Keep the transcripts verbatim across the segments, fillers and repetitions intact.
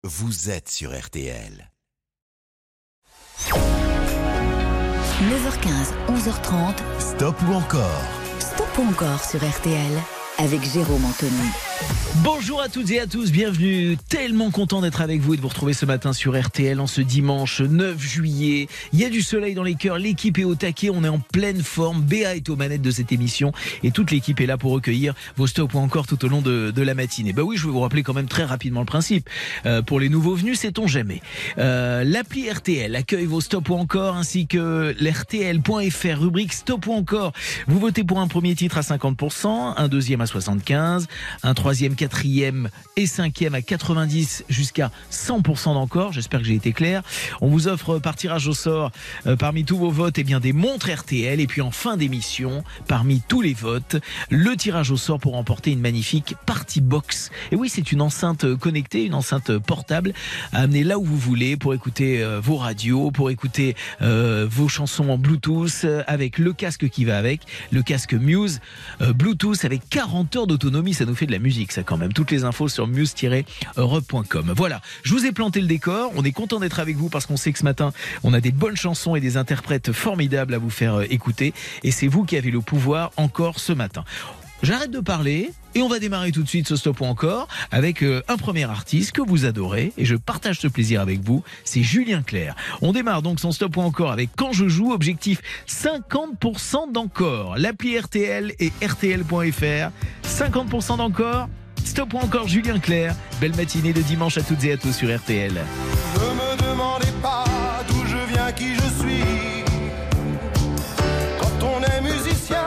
vous êtes sur R T L. neuf heures quinze, onze heures trente. Stop ou encore? Stop ou encore sur R T L avec Jérôme Anthony. Bonjour à toutes et à tous, bienvenue. Tellement content d'être avec vous et de vous retrouver ce matin sur R T L en ce dimanche neuf juillet. Il y a du soleil dans les cœurs, l'équipe est au taquet, on est en pleine forme. Béa est aux manettes de cette émission et toute l'équipe est là pour recueillir vos stops ou encore tout au long de, de la matinée. Bah oui, je vais vous rappeler quand même très rapidement le principe. Euh, pour les nouveaux venus, sait-on jamais. Euh, l'appli R T L accueille vos stops ou encore ainsi que l'R T L point F R, rubrique stop ou encore. Vous votez pour un premier titre à cinquante pour cent, un deuxième à soixante-quinze, un troisième, quatrième et cinquième à quatre-vingt-dix jusqu'à cent pour cent d'encore. J'espère que j'ai été clair. On vous offre par tirage au sort euh, parmi tous vos votes et eh bien des montres R T L et puis en fin d'émission, parmi tous les votes, le tirage au sort pour remporter une magnifique Party Box. Et oui, c'est une enceinte connectée, une enceinte portable à amener là où vous voulez pour écouter euh, vos radios, pour écouter euh, vos chansons en Bluetooth euh, avec le casque qui va avec, le casque Muse euh, Bluetooth avec quarante heures d'autonomie. Ça nous fait de la musique, ça quand même. Toutes les infos sur muse tiret europe point com. Voilà, je vous ai planté le décor. On est content d'être avec vous parce qu'on sait que ce matin, on a des bonnes chansons et des interprètes formidables à vous faire écouter. Et c'est vous qui avez le pouvoir encore ce matin. J'arrête de parler et on va démarrer tout de suite ce stop ou encore avec un premier artiste que vous adorez et je partage ce plaisir avec vous, c'est Julien Clerc. On démarre donc son stop ou encore avec Quand je joue, objectif cinquante pour cent d'encore. L'appli R T L et R T L point F R, cinquante pour cent d'encore. Stop ou encore Julien Clerc. Belle matinée de dimanche à toutes et à tous sur R T L. Ne me demandez pas d'où je viens, qui je suis. Quand on est musicien,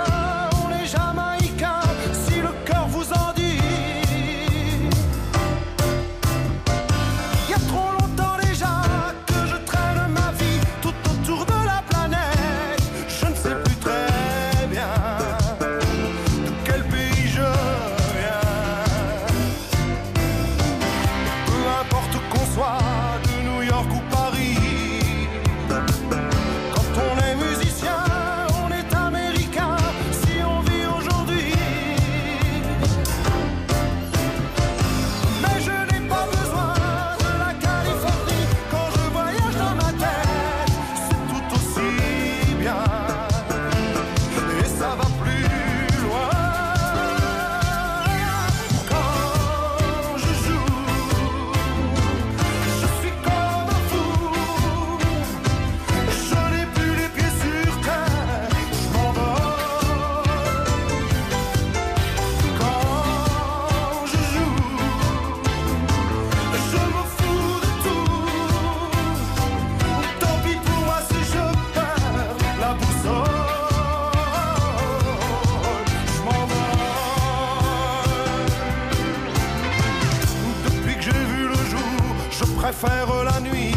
préfère la nuit.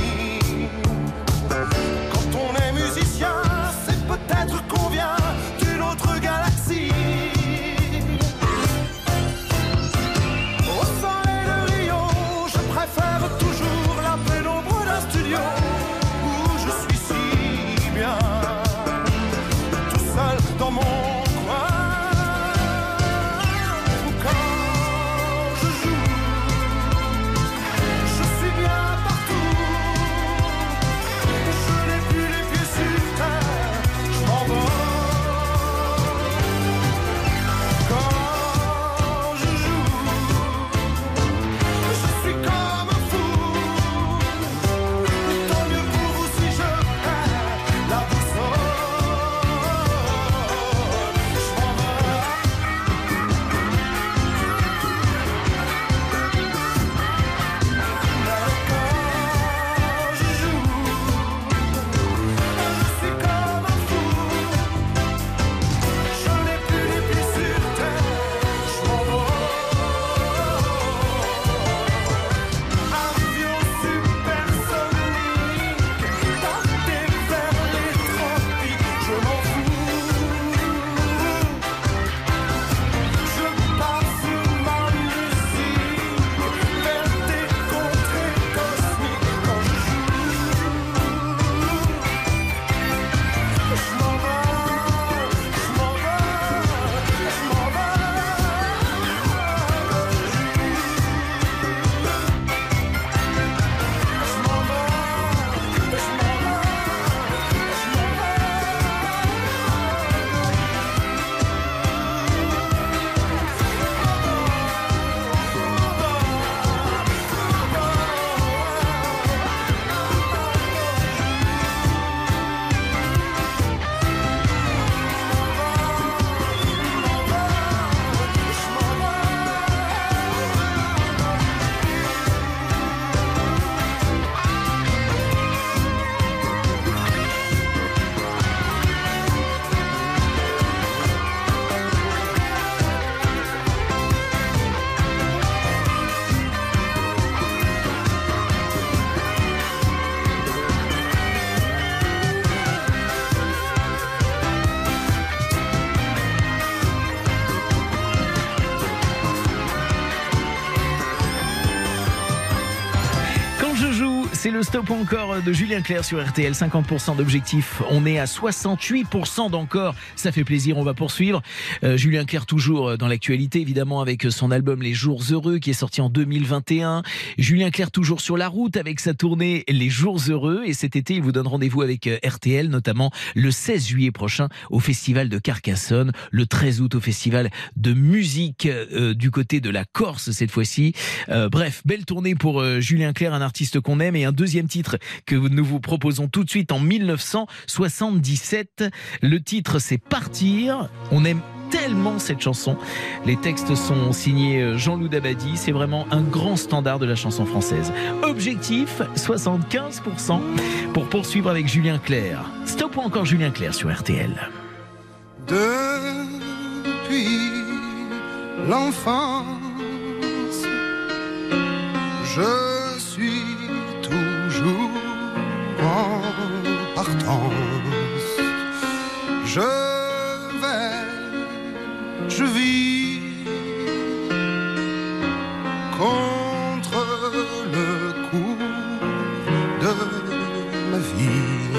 Quand on est musicien, c'est peut-être qu'on vient d'une autre galaxie. Au soleil de Rio, je préfère toujours la pénombre d'un studio où je suis si bien, tout seul dans mon fou. C'est le stop ou encore de Julien Clerc sur R T L. cinquante pour cent d'objectifs. On est à soixante-huit pour cent d'encore. Ça fait plaisir, on va poursuivre. Euh, Julien Clerc toujours dans l'actualité, évidemment, avec son album Les Jours Heureux qui est sorti en deux mille vingt et un. Julien Clerc toujours sur la route avec sa tournée Les Jours Heureux. Et cet été, il vous donne rendez-vous avec R T L, notamment le seize juillet prochain au Festival de Carcassonne, le treize août au Festival de musique euh, du côté de la Corse cette fois-ci. Euh, bref, belle tournée pour euh, Julien Clerc, un artiste qu'on aime, et un deuxième titre que nous vous proposons tout de suite en mille neuf cent soixante-dix-sept. Le titre, c'est Partir. On aime tellement cette chanson. Les textes sont signés Jean-Loup Dabadi. C'est vraiment un grand standard de la chanson française. Objectif, soixante-quinze pour cent pour poursuivre avec Julien Clerc. Stop ou encore Julien Clerc sur R T L. Depuis l'enfance, je suis toujours en partance. Je vais, je vis contre le cours de la vie.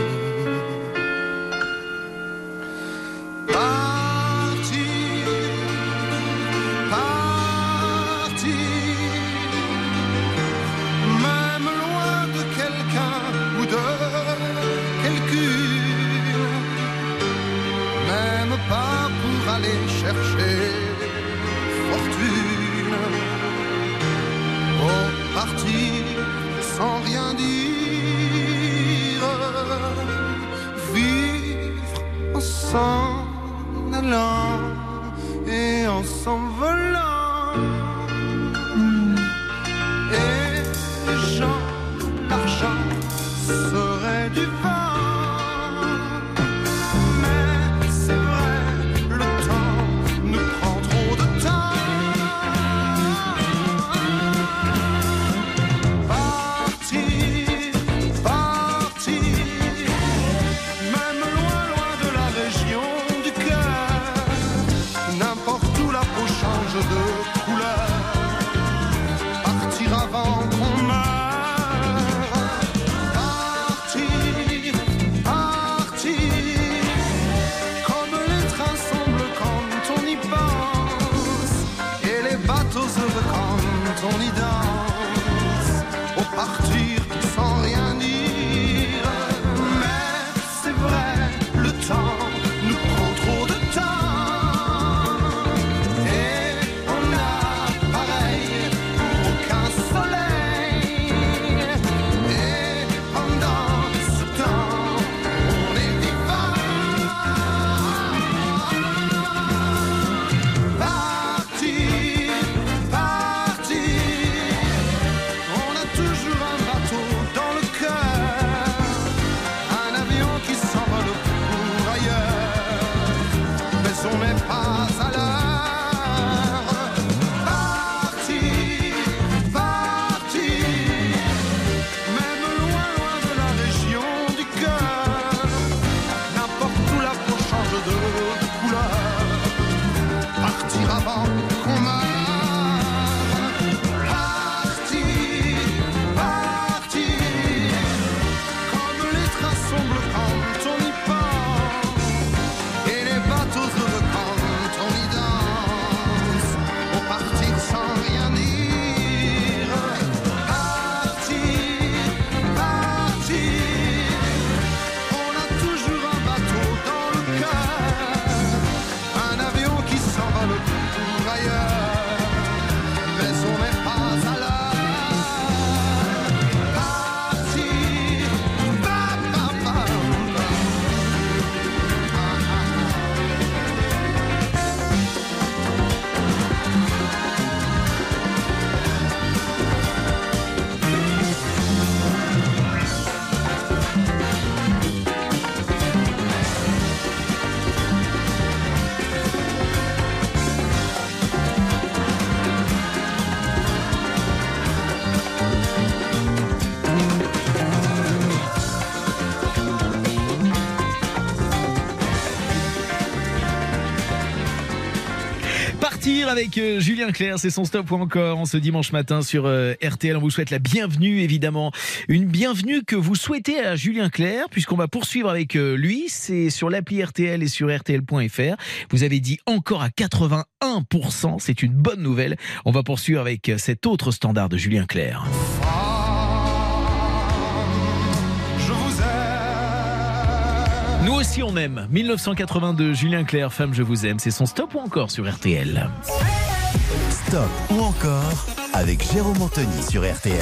Partir, partir, même loin de quelqu'un ou de quelqu'une, même pas pour aller chercher fortune. Oh, partir sans rien dire, vivre en s'en allant et en s'envolant. Et l'argent, l'argent serait du vent. Mais c'est vrai, le temps nous prend trop de temps. Partir, partir, même loin, loin de la région du cœur. N'importe où la peau change de couleur. Partir avant qu'on meure. Partir, partir, comme les trains semblent quand on y pense, et les bateaux heureux quand on y danse. Au partir sans rien dire, mais c'est vrai, le temps nous prend trop de temps. Et on a pareil pour aucun soleil. Et pendant ce temps, on est vivant. Partir, partir, on a toujours un bateau poursuivre avec euh, Julien Clerc, c'est son stop ou encore en ce dimanche matin sur euh, R T L. On vous souhaite la bienvenue, évidemment. Une bienvenue que vous souhaitez à Julien Clerc, puisqu'on va poursuivre avec euh, lui. C'est sur l'appli R T L et sur R T L point F R. Vous avez dit encore à quatre-vingt-un pour cent. C'est une bonne nouvelle. On va poursuivre avec euh, cet autre standard de Julien Clerc. Nous aussi on aime. dix-neuf cent quatre-vingt-deux, Julien Clerc, Femme je vous aime. C'est son stop ou encore sur R T L. Stop ou encore avec Jérôme Anthony sur R T L.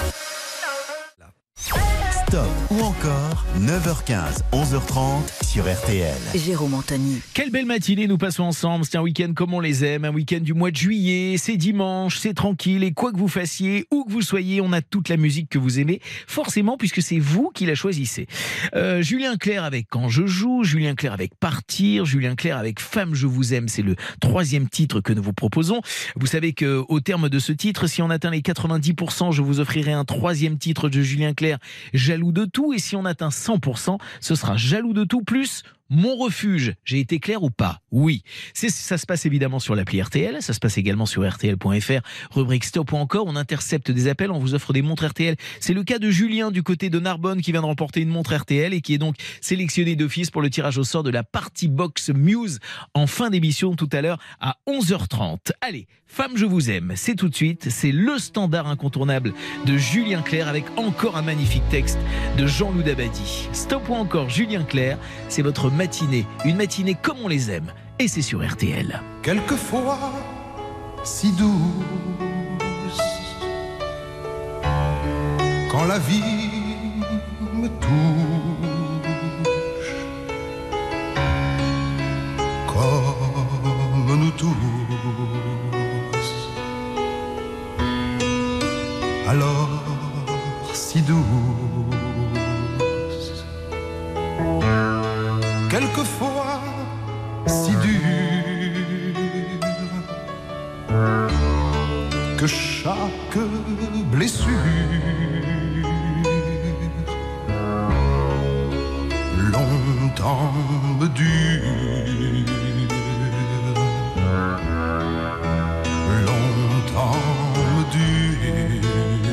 Stop ou encore, neuf heures quinze, onze heures trente sur R T L. Jérôme Anthony. Quelle belle matinée nous passons ensemble. C'est un week-end comme on les aime, un week-end du mois de juillet. C'est dimanche, c'est tranquille et quoi que vous fassiez, où que vous soyez, on a toute la musique que vous aimez, forcément puisque c'est vous qui la choisissez. Euh, Julien Clerc avec Quand je joue, Julien Clerc avec Partir, Julien Clerc avec Femme je vous aime. C'est le troisième titre que nous vous proposons. Vous savez qu'au terme de ce titre, si on atteint les quatre-vingt-dix pour cent, je vous offrirai un troisième titre de Julien Clerc, Jaloux de tout, et si on atteint cent pour cent, ce sera Jaloux de tout plus Mon refuge. J'ai été clair ou pas? Oui. C'est, ça se passe évidemment sur l'appli R T L, ça se passe également sur R T L point F R, rubrique stop ou encore, on intercepte des appels, on vous offre des montres R T L. C'est le cas de Julien du côté de Narbonne qui vient de remporter une montre R T L et qui est donc sélectionné d'office pour le tirage au sort de la Party Box Muse en fin d'émission tout à l'heure à onze heures trente. Allez, Femme je vous aime, c'est tout de suite, c'est le standard incontournable de Julien Clerc avec encore un magnifique texte de Jean-Loup Dabadi. Stop ou encore Julien Clerc, c'est votre matinée, une matinée comme on les aime, et c'est sur R T L. Quelquefois si douce, quand la vie me touche, comme nous tous, alors si douce. Quelquefois si dure que chaque blessure longtemps me dure, longtemps me dure.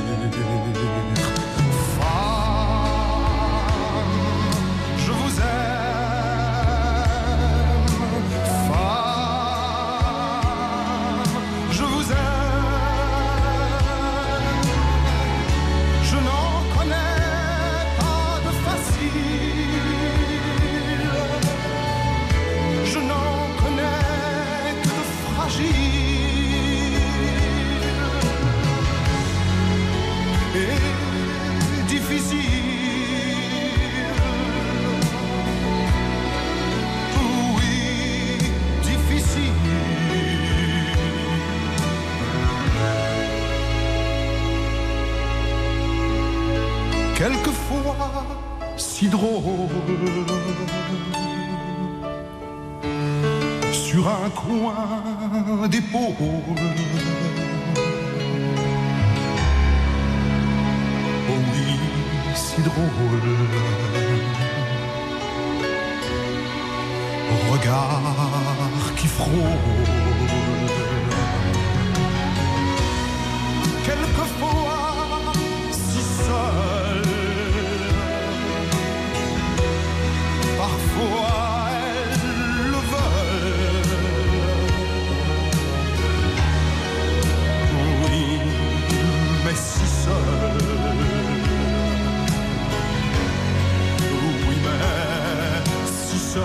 Quelquefois si drôle, sur un coin d'épaule, oh oui, si drôle, regard qui frôle, quelquefois si seul, parfois elles le veulent, oui, mais si seul, oui, mais si seul.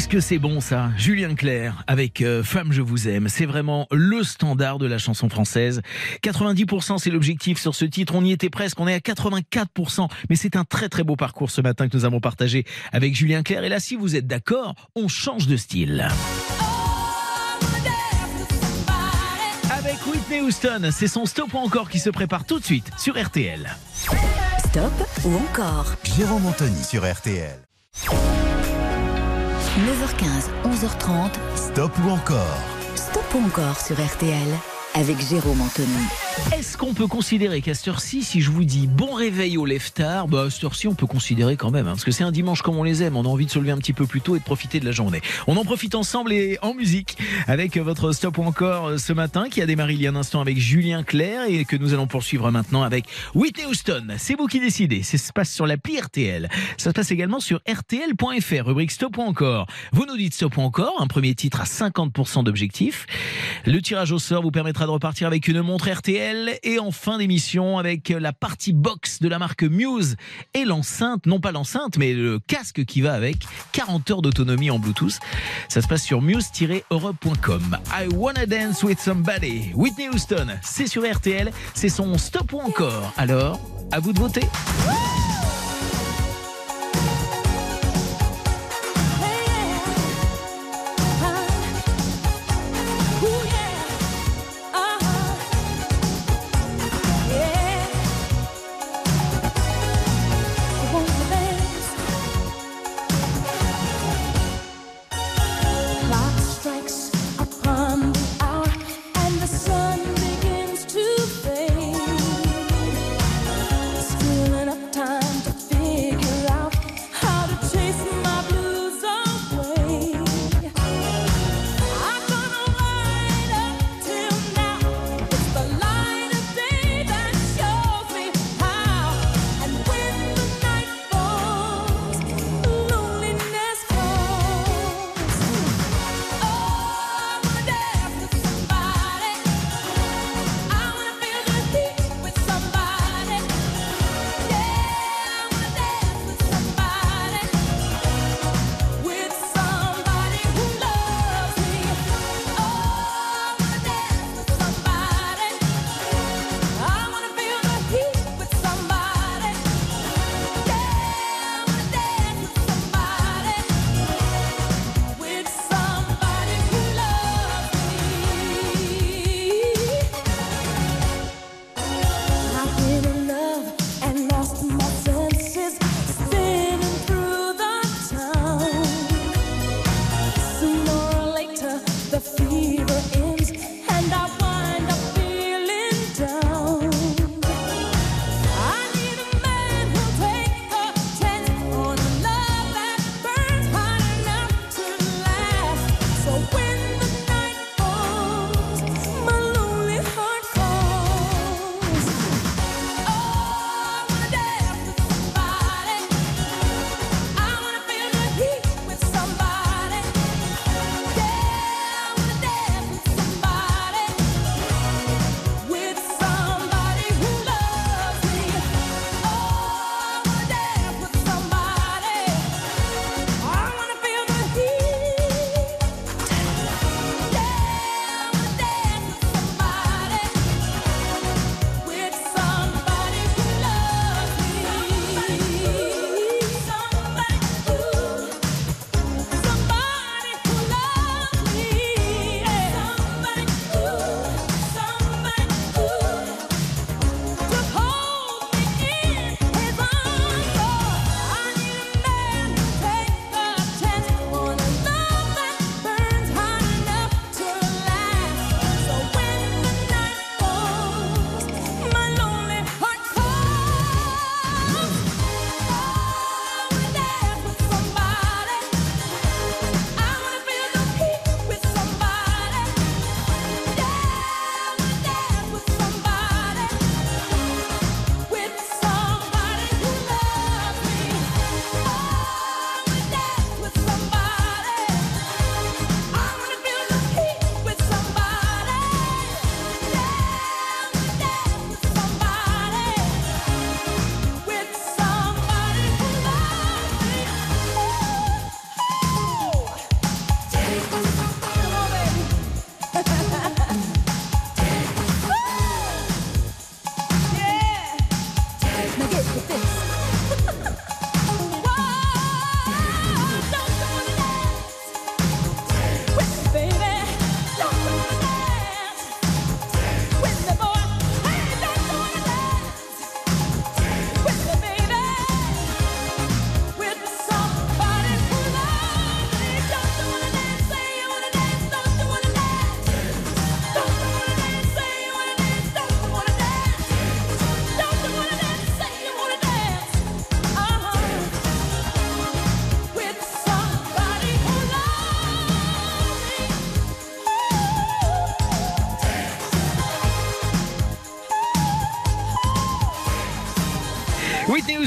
Qu'est-ce que c'est bon ça, Julien Clerc avec euh, Femme je vous aime. C'est vraiment le standard de la chanson française. quatre-vingt-dix pour cent c'est l'objectif sur ce titre. On y était presque, on est à quatre-vingt-quatre pour cent. Mais c'est un très très beau parcours ce matin que nous avons partagé avec Julien Clerc. Et là, si vous êtes d'accord, on change de style. Avec Whitney Houston, c'est son Stop ou encore qui se prépare tout de suite sur R T L. Stop ou encore. Jérôme Anthony sur R T L. neuf heures quinze, onze heures trente. Stop ou encore. Stop ou encore sur R T L avec Jérôme Anthony. Est-ce qu'on peut considérer qu'à cette heure-ci, si je vous dis bon réveil au lève-tard, bah à cette heure-ci on peut considérer quand même, hein, parce que c'est un dimanche comme on les aime, on a envie de se lever un petit peu plus tôt et de profiter de la journée. On en profite ensemble et en musique avec votre Stop ou encore ce matin qui a démarré il y a un instant avec Julien Clerc et que nous allons poursuivre maintenant avec Whitney Houston. C'est vous qui décidez, ça se passe sur l'appli R T L. Ça se passe également sur R T L point F R, rubrique Stop ou encore. Vous nous dites Stop ou encore, un premier titre à cinquante pour cent d'objectif. Le tirage au sort vous permettra de repartir avec une montre R T L et en fin d'émission avec la partie box de la marque Muse et l'enceinte, non pas l'enceinte mais le casque qui va avec, quarante heures d'autonomie en Bluetooth. Ça se passe sur muse tiret europe point com. I Wanna Dance With Somebody, Whitney Houston, c'est sur R T L, c'est son Stop ou encore. Alors, à vous de voter.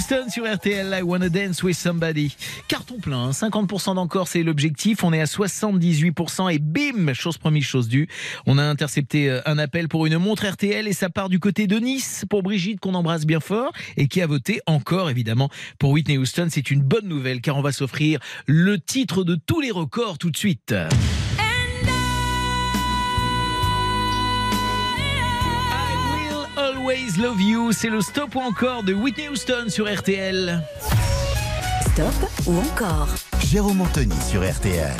Houston sur R T L, I Wanna Dance With Somebody. Carton plein, hein, cinquante pour cent d'encore, c'est l'objectif. On est à soixante-dix-huit pour cent et bim, chose promise, chose due. On a intercepté un appel pour une montre R T L et ça part du côté de Nice pour Brigitte qu'on embrasse bien fort et qui a voté encore évidemment pour Whitney Houston. C'est une bonne nouvelle car on va s'offrir le titre de tous les records tout de suite. Always Love You, c'est le stop ou encore de Whitney Houston sur R T L. Stop ou encore Jérôme Anthony sur R T L.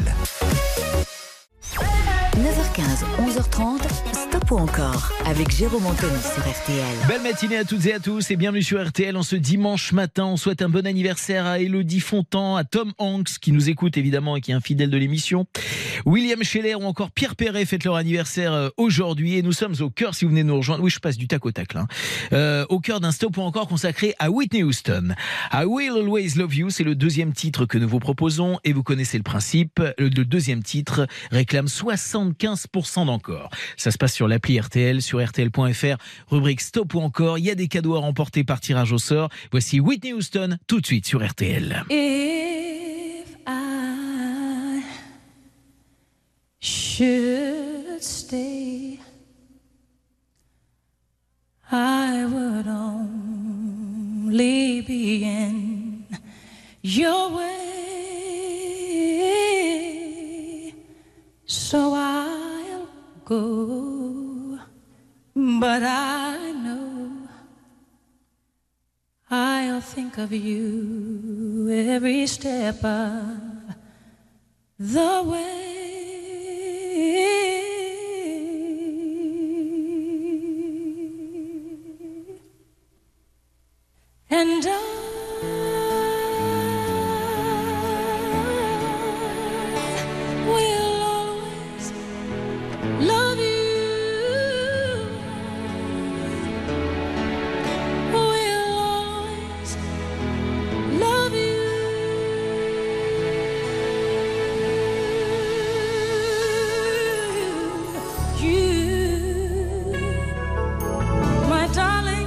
neuf heures quinze, onze heures trente, Stop ou encore avec Jérôme Anthony sur R T L. Belle matinée à toutes et à tous et bienvenue sur R T L en ce dimanche matin. On souhaite un bon anniversaire à Élodie Fontan, à Tom Hanks qui nous écoute évidemment et qui est un fidèle de l'émission. William Scheller ou encore Pierre Perret fêtent leur anniversaire aujourd'hui et nous sommes au cœur, si vous venez nous rejoindre, oui je passe du tac au tac là, euh, au cœur d'un stop ou encore consacré à Whitney Houston. I Will Always Love You, c'est le deuxième titre que nous vous proposons et vous connaissez le principe. Le deuxième titre réclame soixante-quinze pour cent d'encore. Ça se passe sur l'appli R T L, sur R T L point F R, rubrique stop ou encore. Il y a des cadeaux à remporter par tirage au sort. Voici Whitney Houston tout de suite sur R T L. If I should stay, I would only be in your way, so I'll go, but I know I'll think of you every step of the way. And I will always love you. Will always love you. You, my darling.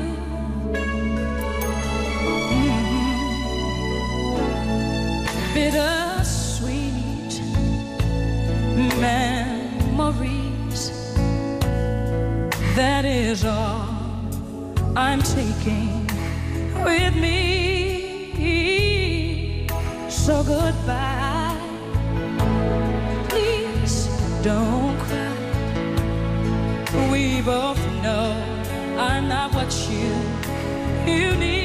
Bittersweet memories, that is all I'm taking with me. So goodbye, please don't cry. We both know I'm not what you, you need.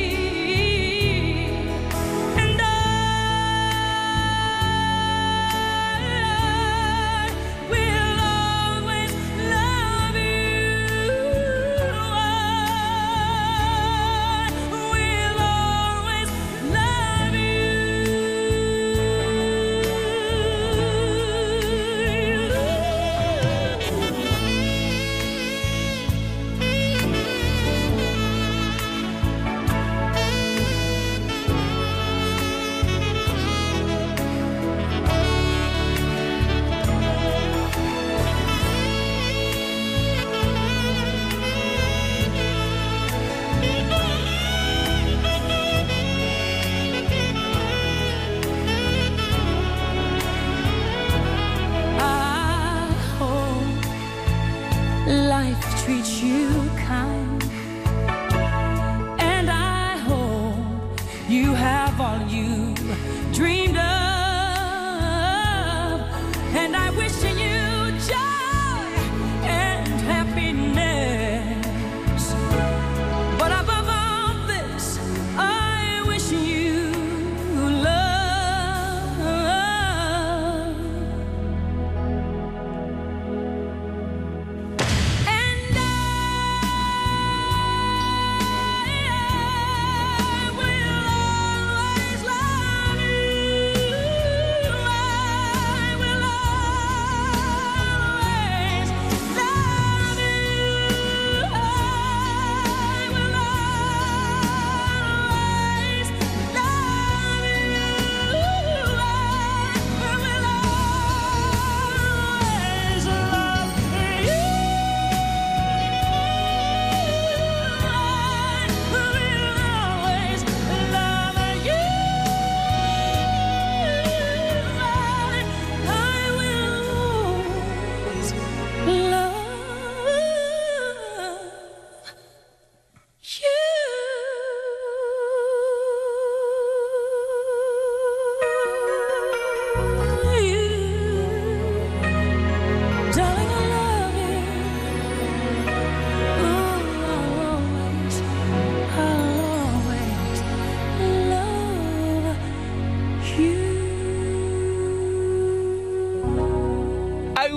Treat you kind, and I hope you have all you dreamed of, and I wish you joy and happiness, but above all this I wish you love, and I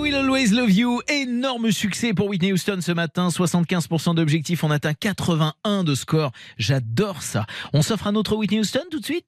Will Always Love You, énorme succès pour Whitney Houston ce matin, soixante-quinze pour cent d'objectifs, on atteint quatre-vingt-un de score, j'adore ça. On s'offre un autre Whitney Houston tout de suite ?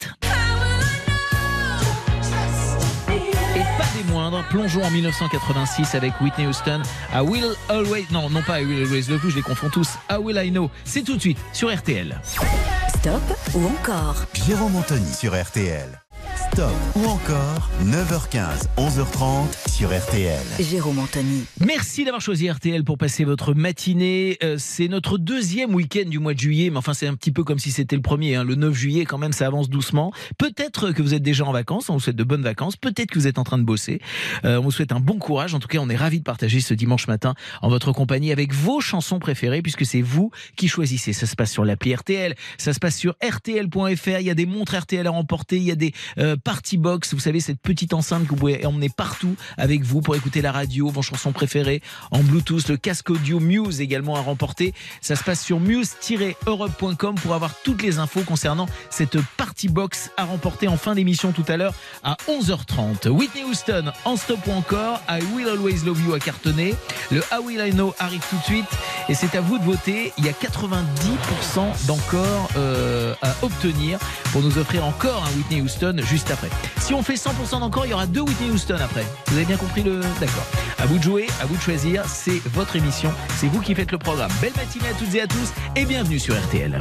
Et pas des moindres, plongeons en dix-neuf cent quatre-vingt-six avec Whitney Houston, I Will Always, non, non pas I Will Always Love You, je les confonds tous, I Will I Know, c'est tout de suite sur R T L. Stop ou encore Jérôme Anthony sur R T L. Stop ou encore neuf heures quinze, onze heures trente sur R T L. Jérôme Anthony. Merci d'avoir choisi R T L pour passer votre matinée. Euh, c'est notre deuxième week-end du mois de juillet, mais enfin c'est un petit peu comme si c'était le premier. Hein. Le neuf juillet, quand même, ça avance doucement. Peut-être que vous êtes déjà en vacances, on vous souhaite de bonnes vacances. Peut-être que vous êtes en train de bosser. Euh, on vous souhaite un bon courage. En tout cas, on est ravis de partager ce dimanche matin en votre compagnie avec vos chansons préférées, puisque c'est vous qui choisissez. Ça se passe sur l'appli R T L, ça se passe sur R T L point F R. Il y a des montres R T L à remporter, il y a des euh, Party Box, vous savez, cette petite enceinte que vous pouvez emmener partout avec vous pour écouter la radio, vos chansons préférées en Bluetooth, le casque audio Muse également à remporter. Ça se passe sur muse tiret europe point com pour avoir toutes les infos concernant cette Party Box à remporter en fin d'émission tout à l'heure à onze heures trente. Whitney Houston en stop ou encore, I Will Always Love You à cartonner. Le I Will I Know arrive tout de suite et c'est à vous de voter. Il y a quatre-vingt-dix pour cent d'encore euh, à obtenir pour nous offrir encore un Whitney Houston juste après. Si on fait cent pour cent d'encore, il y aura deux Whitney Houston après. Vous avez bien compris le... D'accord. À vous de jouer, à vous de choisir. C'est votre émission. C'est vous qui faites le programme. Belle matinée à toutes et à tous et bienvenue sur R T L.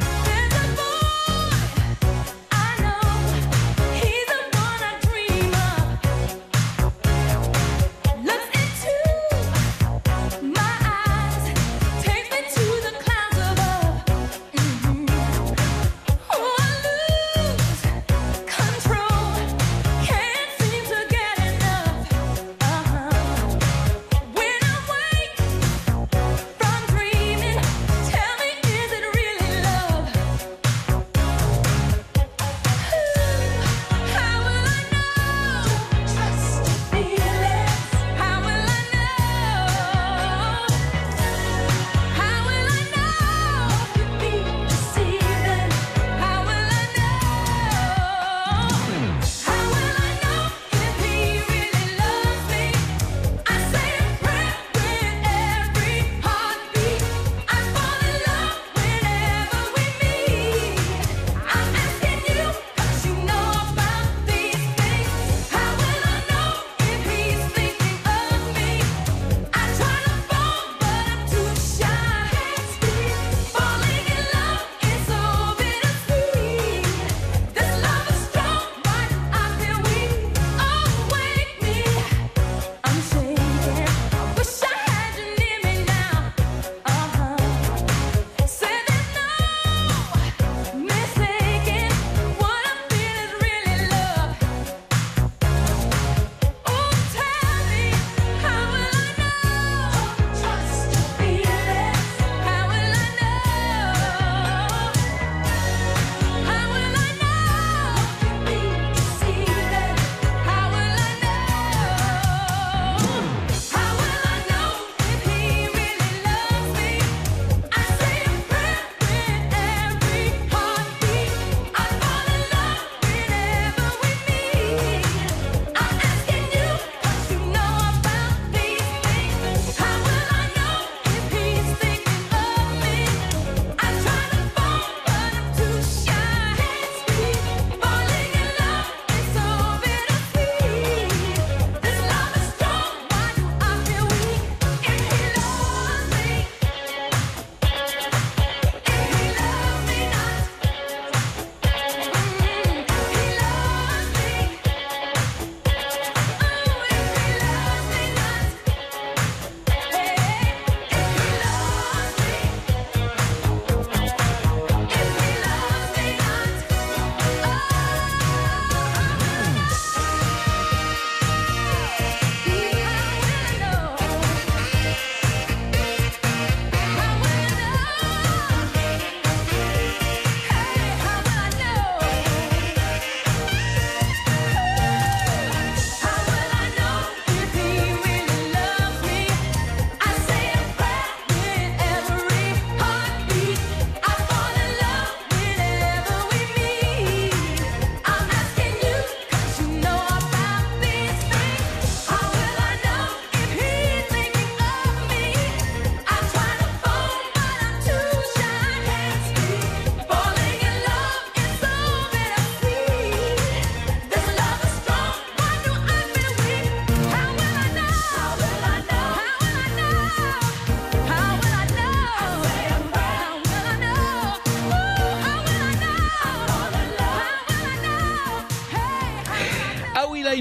From dreaming, tell me, is it really love?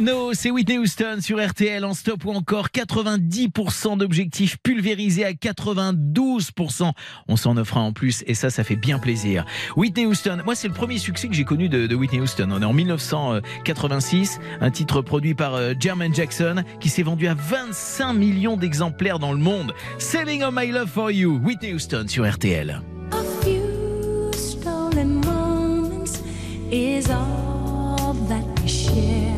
No, c'est Whitney Houston sur R T L en stop ou encore quatre-vingt-dix pour cent d'objectifs pulvérisés à quatre-vingt-douze pour cent. On s'en offre un en plus et ça, ça fait bien plaisir. Whitney Houston, moi c'est le premier succès que j'ai connu de, de Whitney Houston. On est en dix-neuf cent quatre-vingt-six, un titre produit par euh, Jermaine Jackson qui s'est vendu à vingt-cinq millions d'exemplaires dans le monde. Saving All My Love For You, Whitney Houston sur R T L. A few stolen moments is all that we share.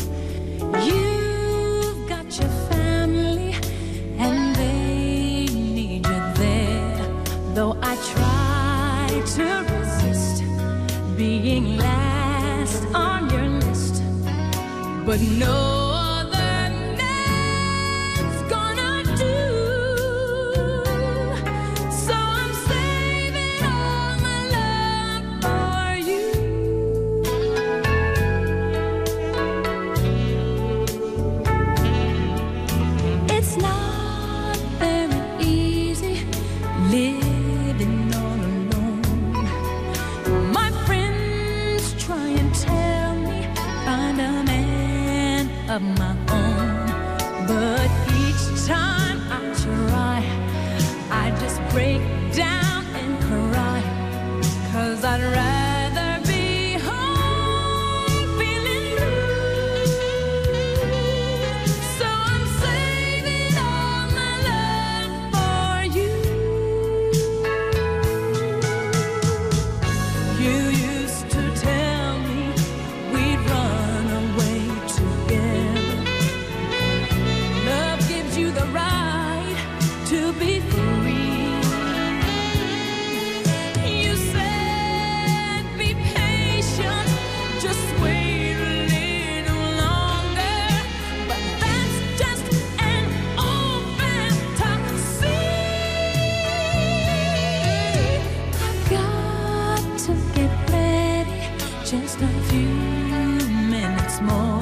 You've got your family and they need you there. Though I try to resist being last on your list, but no. Of my own, but each time I try, I just break down and cry, 'cause I'd rather be home feeling blue. So I'm saving all my love for you. You used to tell me we'd run away together. The right to be free. You said be patient, just wait a little longer, but that's just an old fantasy. I've got to get ready, just a few minutes more.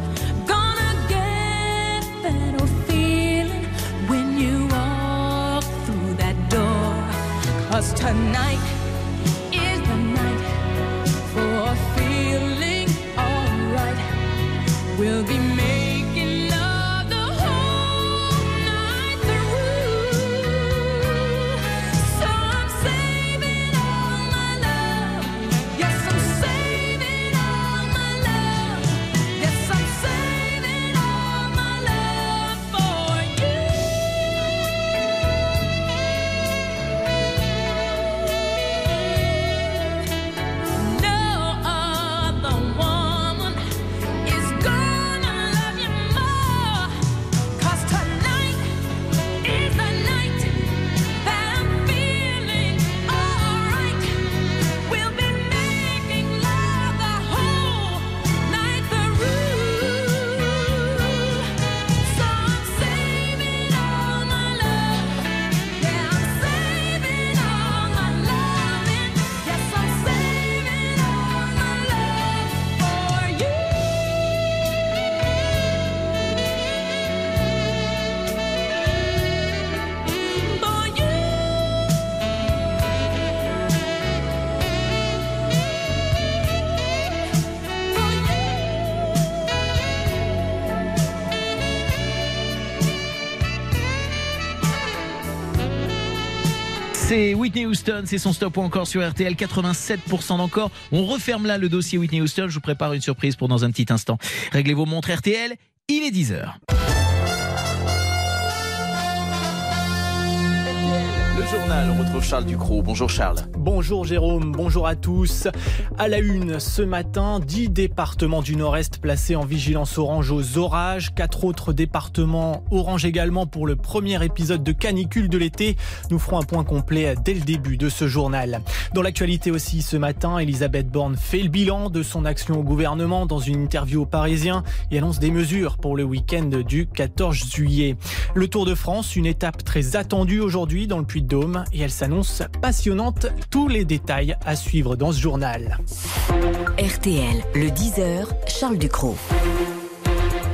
Cause tonight is the night for feeling alright. We'll be making love the whole night through. So I'm saving all my love. Yes, I'm saving all my love. Yes, I'm saving all my love for you. C'est Whitney Houston, c'est son stop ou encore sur R T L, quatre-vingt-sept pour cent d'encore. On referme là le dossier Whitney Houston, je vous prépare une surprise pour dans un petit instant. Réglez vos montres R T L, il est dix heures. Le journal, on retrouve Charles Ducrot. Bonjour Charles. Bonjour Jérôme, bonjour à tous. À la une, ce matin, dix départements du Nord-Est placés en vigilance orange aux orages. Quatre autres départements orange également pour le premier épisode de canicule de l'été. Nous ferons un point complet dès le début de ce journal. Dans l'actualité aussi ce matin, Elisabeth Borne fait le bilan de son action au gouvernement dans une interview aux Parisiens et annonce des mesures pour le week-end du quatorze juillet. Le Tour de France, une étape très attendue aujourd'hui dans le Puy-de-Dôme et elle s'annonce passionnante. Tous les détails à suivre dans ce journal. R T L, le dix heures, Charles Ducrot.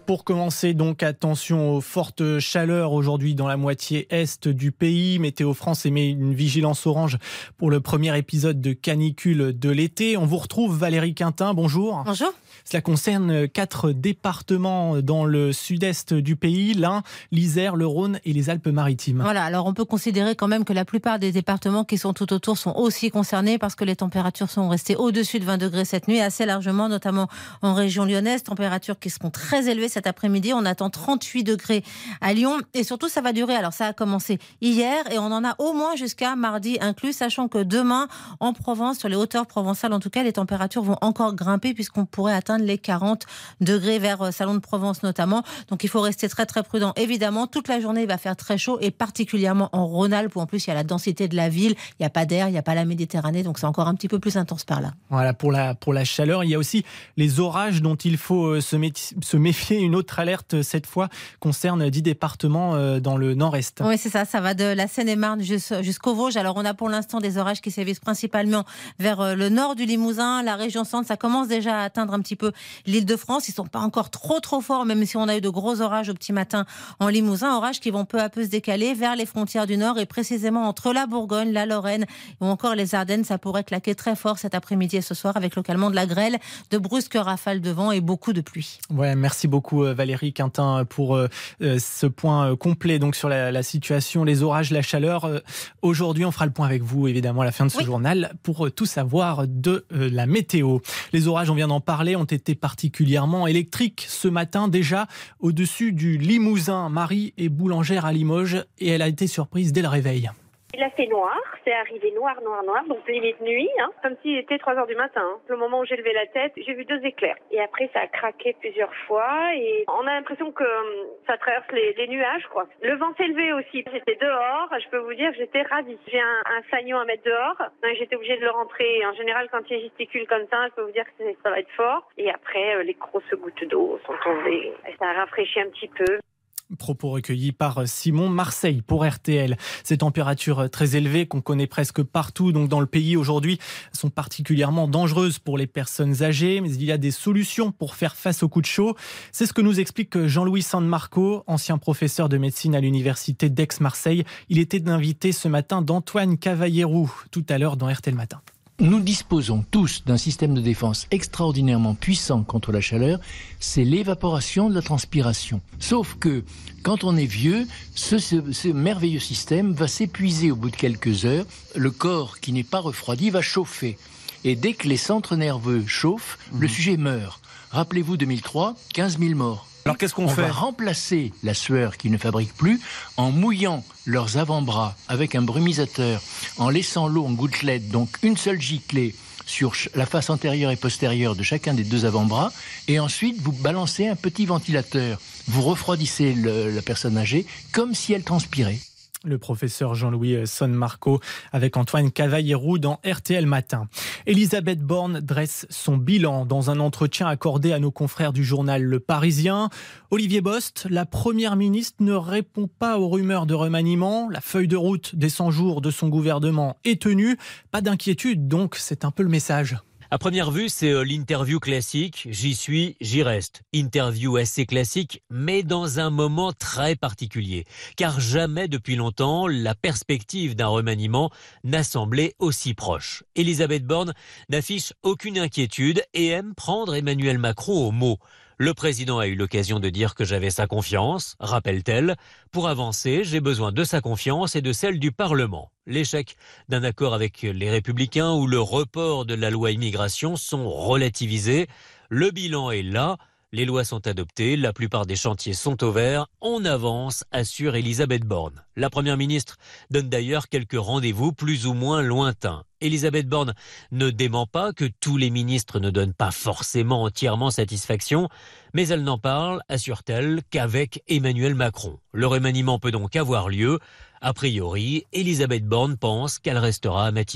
Pour commencer, donc, attention aux fortes chaleurs aujourd'hui dans la moitié est du pays. Météo France émet une vigilance orange pour le premier épisode de canicule de l'été. On vous retrouve Valérie Quintin, bonjour. Bonjour. Cela concerne quatre départements dans le sud-est du pays, l'Ain, l'Isère, le Rhône et les Alpes-Maritimes. Voilà, alors on peut considérer quand même que la plupart des départements qui sont tout autour sont aussi concernés parce que les températures sont restées au-dessus de vingt degrés cette nuit, assez largement, notamment en région lyonnaise. Températures qui seront très élevées cet après-midi. On attend trente-huit degrés à Lyon et surtout ça va durer. Alors ça a commencé hier et on en a au moins jusqu'à mardi inclus, sachant que demain en Provence, sur les hauteurs provençales en tout cas, les températures vont encore grimper puisqu'on pourrait atteindre les quarante degrés vers Salon de Provence notamment. Donc il faut rester très très prudent. Évidemment, toute la journée il va faire très chaud et particulièrement en Rhône-Alpes où en plus il y a la densité de la ville, il n'y a pas d'air, il n'y a pas la Méditerranée, donc c'est encore un petit peu plus intense par là. Voilà pour la, pour la chaleur. Il y a aussi les orages dont il faut se, méti- se méfier. Une autre alerte cette fois concerne dix départements dans le nord-est. Oui, c'est ça, ça va de la Seine-et-Marne jusqu'au Vosges. Alors on a pour l'instant des orages qui sévissent principalement vers le nord du Limousin, la région centre. Ça commence déjà à atteindre un petit peu l'Île-de-France. Ils ne sont pas encore trop trop forts, même si on a eu de gros orages au petit matin en Limousin. Orages qui vont peu à peu se décaler vers les frontières du nord et précisément entre la Bourgogne, la Lorraine ou encore les Ardennes. Ça pourrait claquer très fort cet après-midi et ce soir avec localement de la grêle, de brusques rafales de vent et beaucoup de pluie. Ouais, merci beaucoup Valérie Quintin pour euh, ce point complet donc sur la, la situation, les orages, la chaleur. Euh, aujourd'hui, on fera le point avec vous évidemment à la fin de ce oui. journal pour euh, tout savoir de euh, la météo. Les orages, on vient d'en parler, ont été particulièrement électriques ce matin déjà au-dessus du Limousin. Marie est boulangère à Limoges et elle a été surprise dès le réveil. Il a fait noir, c'est arrivé noir, noir, noir, donc limite nuit, hein, comme s'il était trois heures du matin. Hein. Le moment où j'ai levé la tête, j'ai vu deux éclairs. Et après, ça a craqué plusieurs fois et on a l'impression que ça traverse les, les nuages, quoi. Le vent s'est levé aussi. J'étais dehors, je peux vous dire que j'étais ravie. J'ai un, un sagnon à mettre dehors, donc j'étais obligée de le rentrer. En général, quand il gesticule comme ça, je peux vous dire que ça va être fort. Et après, les grosses gouttes d'eau sont tombées. Ça a rafraîchi un petit peu. Propos recueillis par Simon Marseille pour R T L. Ces températures très élevées qu'on connaît presque partout donc dans le pays aujourd'hui sont particulièrement dangereuses pour les personnes âgées, mais il y a des solutions pour faire face aux coups de chaud. C'est ce que nous explique Jean-Louis San Marco, ancien professeur de médecine à l'université d'Aix-Marseille. Il était invité ce matin d'Antoine Cavallierou, tout à l'heure dans R T L Matin. Nous disposons tous d'un système de défense extraordinairement puissant contre la chaleur, c'est l'évaporation de la transpiration. Sauf que, quand on est vieux, ce, ce, ce merveilleux système va s'épuiser au bout de quelques heures. Le corps qui n'est pas refroidi va chauffer. Et dès que les centres nerveux chauffent, mmh. le sujet meurt. Rappelez-vous deux mille trois, quinze mille morts. Alors qu'est-ce qu'on on fait ? On va remplacer la sueur qu'ils ne fabriquent plus en mouillant leurs avant-bras avec un brumisateur, en laissant l'eau en gouttelettes, donc une seule giclée sur la face antérieure et postérieure de chacun des deux avant-bras, et ensuite vous balancez un petit ventilateur. Vous refroidissez le, la personne âgée comme si elle transpirait. Le professeur Jean-Louis San Marco avec Antoine Cavallierou dans R T L Matin. Elisabeth Borne dresse son bilan dans un entretien accordé à nos confrères du journal Le Parisien. Olivier Bost, la première ministre, ne répond pas aux rumeurs de remaniement. La feuille de route des cent jours de son gouvernement est tenue. Pas d'inquiétude, donc c'est un peu le message. À première vue, c'est l'interview classique, j'y suis, j'y reste. Interview assez classique, mais dans un moment très particulier. Car jamais depuis longtemps, la perspective d'un remaniement n'a semblé aussi proche. Elisabeth Borne n'affiche aucune inquiétude et aime prendre Emmanuel Macron au mot. Le président a eu l'occasion de dire que j'avais sa confiance, rappelle-t-elle. Pour avancer, j'ai besoin de sa confiance et de celle du Parlement. L'échec d'un accord avec les Républicains ou le report de la loi immigration sont relativisés. Le bilan est là. Les lois sont adoptées, la plupart des chantiers sont au vert. On avance, assure Elisabeth Borne. La Première ministre donne d'ailleurs quelques rendez-vous plus ou moins lointains. Elisabeth Borne ne dément pas que tous les ministres ne donnent pas forcément entièrement satisfaction, mais elle n'en parle, assure-t-elle, qu'avec Emmanuel Macron. Le remaniement peut donc avoir lieu. A priori, Elisabeth Borne pense qu'elle restera à Matignon.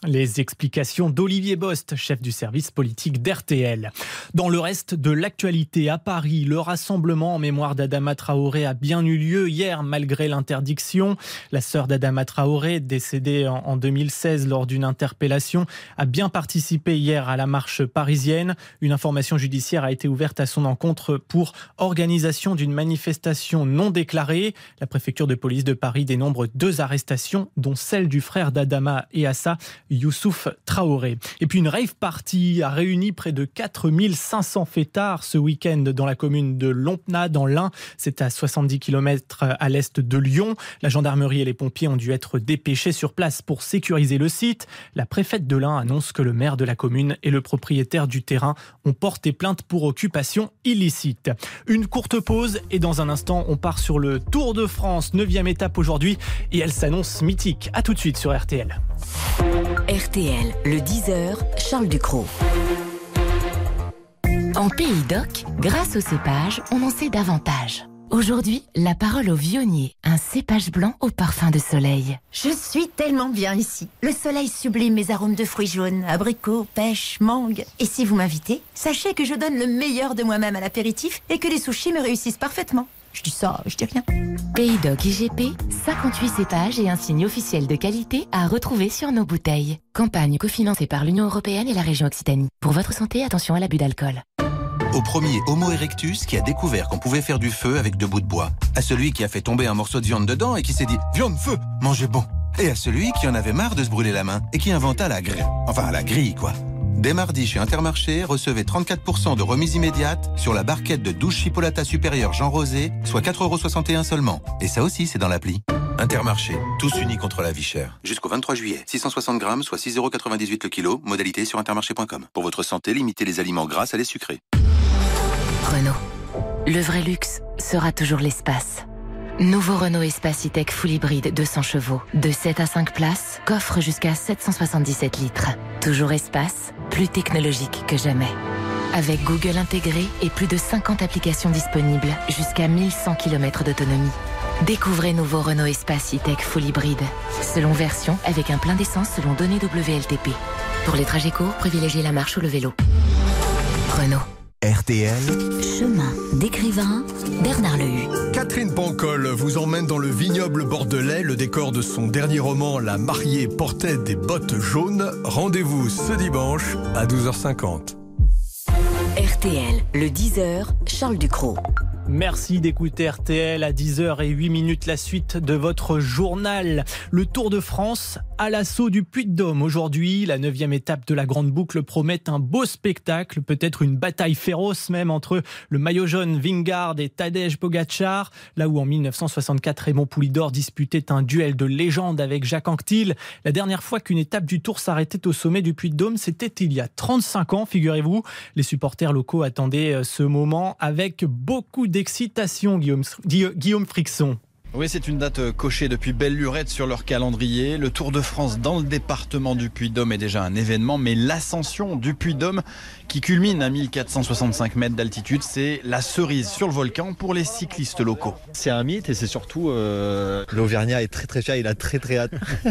Les explications d'Olivier Bost, chef du service politique d'R T L. Dans le reste de l'actualité, à Paris, le rassemblement en mémoire d'Adama Traoré a bien eu lieu hier malgré l'interdiction. La sœur d'Adama Traoré, décédée en deux mille seize lors d'une interpellation, a bien participé hier à la marche parisienne. Une information judiciaire a été ouverte à son encontre pour organisation d'une manifestation non déclarée. La préfecture de police de Paris dénombre deux arrestations, dont celle du frère d'Adama et Assa, Youssouf Traoré. Et puis une rave party a réuni près de quatre mille cinq cents fêtards ce week-end dans la commune de Lompna, dans l'Ain. C'est à soixante-dix kilomètres à l'est de Lyon. La gendarmerie et les pompiers ont dû être dépêchés sur place pour sécuriser le site. La préfète de l'Ain annonce que le maire de la commune et le propriétaire du terrain ont porté plainte pour occupation illicite. Une courte pause et dans un instant, on part sur le Tour de France, neuvième étape aujourd'hui et elle s'annonce mythique. À tout de suite sur R T L. R T L, le dix heures, Charles Ducrot. En Pays d'Oc, grâce au cépage, on en sait davantage. Aujourd'hui, la parole au vionnier, un cépage blanc au parfum de soleil. Je suis tellement bien ici. Le soleil sublime mes arômes de fruits jaunes, abricots, pêche, mangue. Et si vous m'invitez, sachez que je donne le meilleur de moi-même à l'apéritif et que les sushis me réussissent parfaitement. Je dis ça, je dis rien. Pays d'Oc I G P, cinquante-huit cépages et un signe officiel de qualité à retrouver sur nos bouteilles. Campagne cofinancée par l'Union européenne et la région Occitanie. Pour votre santé, attention à l'abus d'alcool. Au premier Homo erectus qui a découvert qu'on pouvait faire du feu avec deux bouts de bois. À celui qui a fait tomber un morceau de viande dedans et qui s'est dit « Viande, feu, mangez bon !» Et à celui qui en avait marre de se brûler la main et qui inventa la grille. Enfin, la grille, quoi. Dès mardi, chez Intermarché, recevez trente-quatre pour cent de remise immédiate sur la barquette de douze chipolata supérieure Jean Rosé, soit quatre euros soixante et un seulement. Et ça aussi, c'est dans l'appli. Intermarché, tous unis contre la vie chère. Jusqu'au vingt-trois juillet, six cent soixante grammes, soit six euros quatre-vingt-dix-huit le kilo. Modalité sur intermarché point com. Pour votre santé, limitez les aliments gras à les sucrés. Renault. Le vrai luxe sera toujours l'espace. Nouveau Renault Espace E-Tech Full Hybride deux cents chevaux, de sept à cinq places, coffre jusqu'à sept cent soixante-dix-sept litres. Toujours espace, plus technologique que jamais. Avec Google intégré et plus de cinquante applications disponibles, jusqu'à mille cent kilomètres d'autonomie. Découvrez nouveau Renault Espace E-Tech Full Hybride. Selon version, avec un plein d'essence selon données W L T P. Pour les trajets courts, privilégiez la marche ou le vélo. Renault. R T L. Chemin d'écrivain, Bernard Lehu. Catherine Pancol vous emmène dans le vignoble bordelais. Le décor de son dernier roman, La mariée portait des bottes jaunes. Rendez-vous ce dimanche à douze heures cinquante. R T L, le dix heures, Charles Ducrot. Merci d'écouter R T L à dix heures zéro huit minutes, la suite de votre journal. Le Tour de France à l'assaut du Puy-de-Dôme. Aujourd'hui, la neuvième étape de la Grande Boucle promet un beau spectacle, peut-être une bataille féroce même entre le maillot jaune Vingegaard et Tadej Pogacar. Là où en mille neuf cent soixante-quatre, Raymond Poulidor disputait un duel de légende avec Jacques Anquetil. La dernière fois qu'une étape du Tour s'arrêtait au sommet du Puy-de-Dôme, c'était il y a trente-cinq ans, figurez-vous. Les supporters locaux attendaient ce moment avec beaucoup d'excitation, Guillaume, Guillaume Frixon. Oui, c'est une date cochée depuis belle lurette sur leur calendrier. Le Tour de France dans le département du Puy-de-Dôme est déjà un événement, mais l'ascension du Puy-de-Dôme, qui culmine à mille quatre cent soixante-cinq mètres d'altitude, c'est la cerise sur le volcan pour les cyclistes locaux. C'est un mythe et c'est surtout euh, l'Auvergnat est très très fier, il a très très hâte.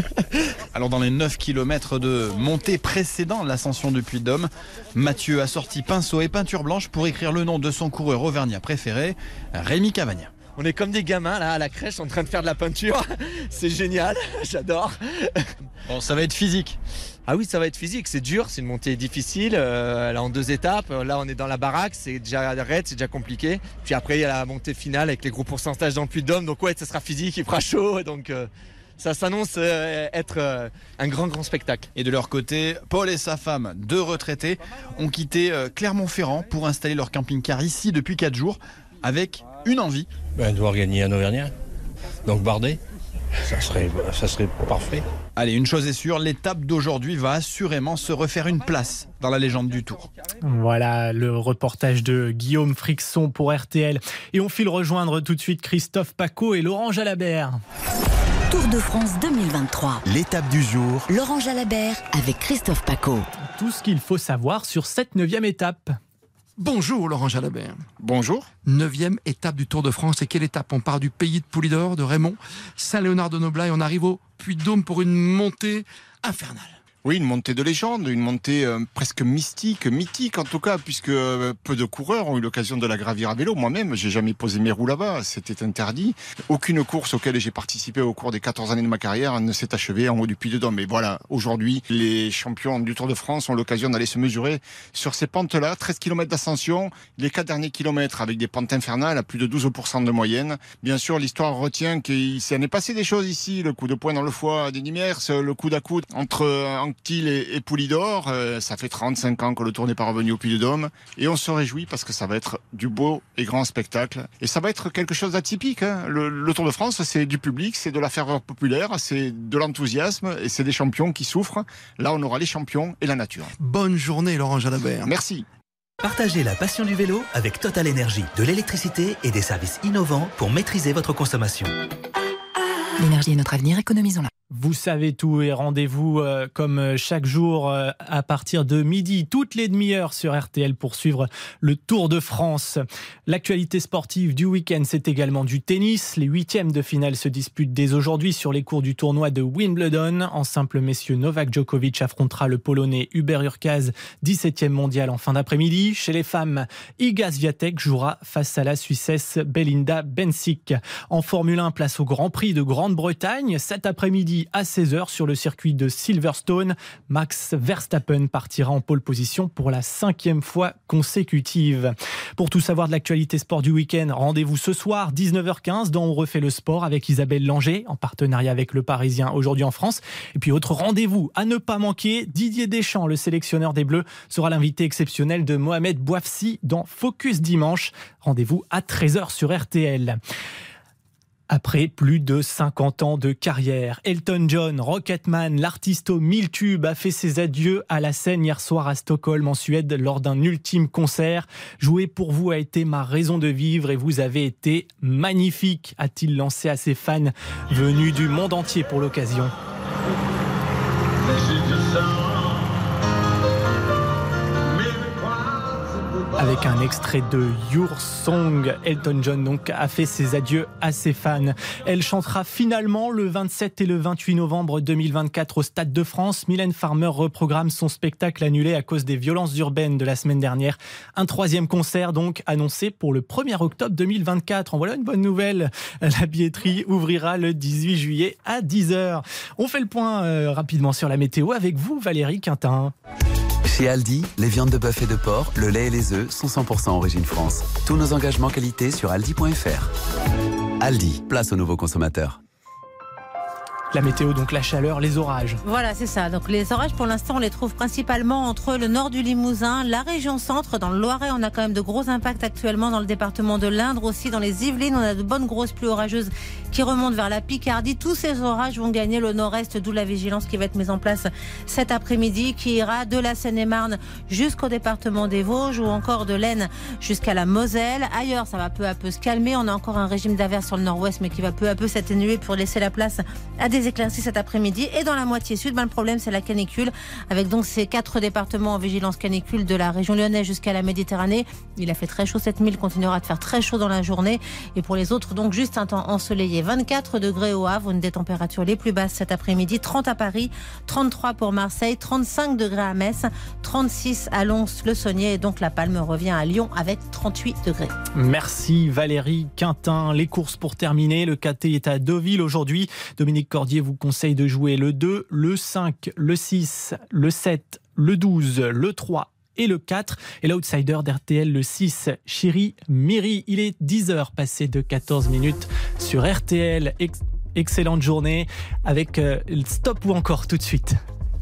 Alors dans les neuf kilomètres de montée précédant l'ascension du Puy-de-Dôme, Mathieu a sorti pinceau et peinture blanche pour écrire le nom de son coureur auvergnat préféré, Rémi Cavagna. On est comme des gamins là à la crèche en train de faire de la peinture. C'est génial, j'adore. Bon, ça va être physique. Ah oui, ça va être physique, c'est dur, c'est une montée difficile, euh, là en deux étapes. Là on est dans la baraque, c'est déjà raide, c'est déjà compliqué. Puis après il y a la montée finale avec les gros pourcentages dans le Puy-de-Dôme. Donc ouais, ça sera physique, il fera chaud. Donc euh, ça s'annonce euh, être euh, un grand grand spectacle. Et de leur côté, Paul et sa femme, deux retraités, ont quitté euh, Clermont-Ferrand pour installer leur camping-car ici depuis quatre jours avec une envie. Ben, devoir gagner un Auvergnat, donc Bardet, ça serait, ça serait parfait. Allez, une chose est sûre, l'étape d'aujourd'hui va assurément se refaire une place dans la légende du Tour. Voilà le reportage de Guillaume Frixon pour R T L. Et on file rejoindre tout de suite Christophe Pacaud et Laurent Jalabert. Tour de France deux mille vingt-trois. L'étape du jour. Laurent Jalabert avec Christophe Pacaud. Tout ce qu'il faut savoir sur cette neuvième étape. Bonjour Laurent Jalabert. Bonjour. Neuvième étape du Tour de France. Et quelle étape? On part du pays de Poulidor, de Raymond, Saint-Léonard de Noblat et on arrive au Puy-de-Dôme pour une montée infernale. Oui, une montée de légende, une montée euh, presque mystique, mythique en tout cas, puisque euh, peu de coureurs ont eu l'occasion de la gravir à vélo. Moi-même, j'ai jamais posé mes roues là-bas, c'était interdit. Aucune course auquel j'ai participé au cours des quatorze années de ma carrière ne s'est achevée en haut du Puy-de-Dôme. Mais voilà, aujourd'hui, les champions du Tour de France ont l'occasion d'aller se mesurer sur ces pentes-là. treize kilomètres d'ascension, les quatre derniers kilomètres avec des pentes infernales à plus de douze pour cent de moyenne. Bien sûr, l'histoire retient qu'il s'en est passé des choses ici, le coup de poing dans le foie d'Eddy Merckx, le coup d'à coude entre Anquetil et, et Poulidor. Euh, ça fait trente-cinq ans que le Tour n'est pas revenu au Puy-de-Dôme et on se réjouit parce que ça va être du beau et grand spectacle. Et ça va être quelque chose d'atypique. Hein. Le, le Tour de France, c'est du public, c'est de la ferveur populaire, c'est de l'enthousiasme et c'est des champions qui souffrent. Là, on aura les champions et la nature. Bonne journée, Laurent Jalabert. Merci. Partagez la passion du vélo avec Total Energy, de l'électricité et des services innovants pour maîtriser votre consommation. L'énergie est notre avenir, économisons-la. Vous savez tout et rendez-vous euh, comme chaque jour euh, à partir de midi, toutes les demi-heures sur R T L pour suivre le Tour de France. L'actualité sportive du week-end, c'est également du tennis. Les huitièmes de finale se disputent dès aujourd'hui sur les cours du tournoi de Wimbledon. En simple messieurs, Novak Djokovic affrontera le Polonais Hubert Hurkacz, dix-septième mondial en fin d'après-midi. Chez les femmes, Iga Swiatek jouera face à la Suissesse Belinda Bencic. En Formule un, place au Grand Prix de Grande-Bretagne. Cet après-midi, à seize heures sur le circuit de Silverstone, Max Verstappen partira en pole position pour la cinquième fois consécutive. Pour tout savoir de l'actualité sport du week-end, rendez-vous ce soir dix-neuf heures quinze dans On refait le sport avec Isabelle Langer en partenariat avec Le Parisien aujourd'hui en France. Et puis autre rendez-vous à ne pas manquer, Didier Deschamps, le sélectionneur des Bleus, sera l'invité exceptionnel de Mohamed Bouafsi dans Focus Dimanche. Rendez-vous à treize heures sur R T L. Après plus de cinquante ans de carrière, Elton John, Rocketman, l'artiste aux mille tubes, a fait ses adieux à la scène hier soir à Stockholm en Suède lors d'un ultime concert. Jouer pour vous a été ma raison de vivre et vous avez été magnifique, a-t-il lancé à ses fans venus du monde entier pour l'occasion. Avec un extrait de Your Song, Elton John donc a fait ses adieux à ses fans. Elle chantera finalement le vingt-sept et le vingt-huit novembre deux mille vingt-quatre au Stade de France. Mylène Farmer reprogramme son spectacle annulé à cause des violences urbaines de la semaine dernière. Un troisième concert donc annoncé pour le premier octobre deux mille vingt-quatre. En voilà une bonne nouvelle. La billetterie ouvrira le dix-huit juillet à dix heures. On fait le point euh, rapidement sur la météo avec vous, Valérie Quintin. Chez Aldi, les viandes de bœuf et de porc, le lait et les œufs sont cent pour cent origine France. Tous nos engagements qualité sur aldi point f r. Aldi, place aux nouveaux consommateurs. La météo, donc la chaleur, les orages. Voilà, c'est ça. Donc les orages, pour l'instant, on les trouve principalement entre le nord du Limousin, la région centre. Dans le Loiret, on a quand même de gros impacts actuellement dans le département de l'Indre. Aussi, dans les Yvelines, on a de bonnes grosses pluies orageuses qui remontent vers la Picardie. Tous ces orages vont gagner le nord-est, d'où la vigilance qui va être mise en place cet après-midi, qui ira de la Seine-et-Marne jusqu'au département des Vosges ou encore de l'Aisne jusqu'à la Moselle. Ailleurs, ça va peu à peu se calmer. On a encore un régime d'averse sur le nord-ouest, mais qui va peu à peu s'atténuer pour laisser la place à des éclaircies cet après-midi. Et dans la moitié sud, ben, le problème c'est la canicule, avec donc ces quatre départements en vigilance canicule de la région lyonnaise jusqu'à la Méditerranée. Il a fait très chaud cette nuit, il continuera de faire très chaud dans la journée. Et pour les autres, donc juste un temps ensoleillé. vingt-quatre degrés au Havre, une des températures les plus basses cet après-midi. trente à Paris, trente-trois pour Marseille, trente-cinq degrés à Metz, trente-six à Lons, le Saunier. Et donc la Palme revient à Lyon avec trente-huit degrés. Merci Valérie Quintin. Les courses pour terminer. Le K T est à Deauville aujourd'hui. Dominique Cordier vous conseille de jouer le deux, le cinq, le six, le sept, le douze, le trois et le quatre. Et l'outsider d'R T L, le six, Chéri Miri. Il est dix heures passées de quatorze minutes sur R T L. Ex- excellente journée avec euh, Stop ou encore tout de suite.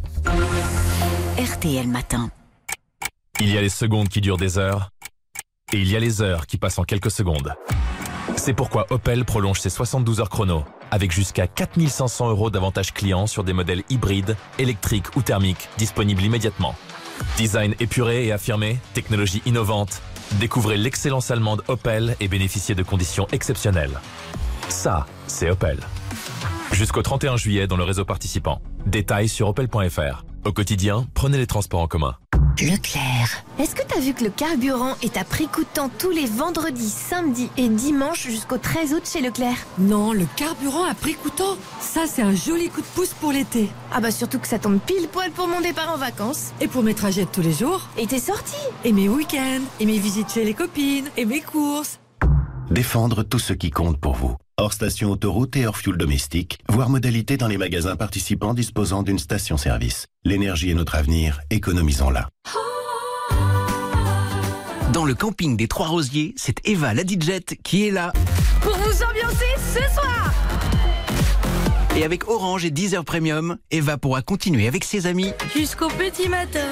R T L Matin. Il y a les secondes qui durent des heures et il y a les heures qui passent en quelques secondes. C'est pourquoi Opel prolonge ses soixante-douze heures chrono avec jusqu'à quatre mille cinq cents euros d'avantages clients sur des modèles hybrides, électriques ou thermiques disponibles immédiatement. Design épuré et affirmé, technologie innovante. Découvrez l'excellence allemande Opel et bénéficiez de conditions exceptionnelles. Ça, c'est Opel. Jusqu'au trente et un juillet dans le réseau participant. Détails sur opel point f r. Au quotidien, prenez les transports en commun. Leclerc. Est-ce que t'as vu que le carburant est à prix coûtant tous les vendredis, samedis et dimanches jusqu'au treize août chez Leclerc? Non, le carburant à prix coûtant, ça c'est un joli coup de pouce pour l'été. Ah bah surtout que ça tombe pile poil pour mon départ en vacances. Et pour mes trajets de tous les jours. Et tes sorties. Et mes week-ends. Et mes visites chez les copines. Et mes courses. Défendre tout ce qui compte pour vous. Hors station autoroute et hors fuel domestique, voire modalité dans les magasins participants disposant d'une station-service. L'énergie est notre avenir, économisons-la. Dans le camping des Trois-Rosiers, c'est Eva la D J qui est là. Pour vous ambiancer ce soir. Et avec Orange et Deezer Premium, Eva pourra continuer avec ses amis. Jusqu'au petit matin.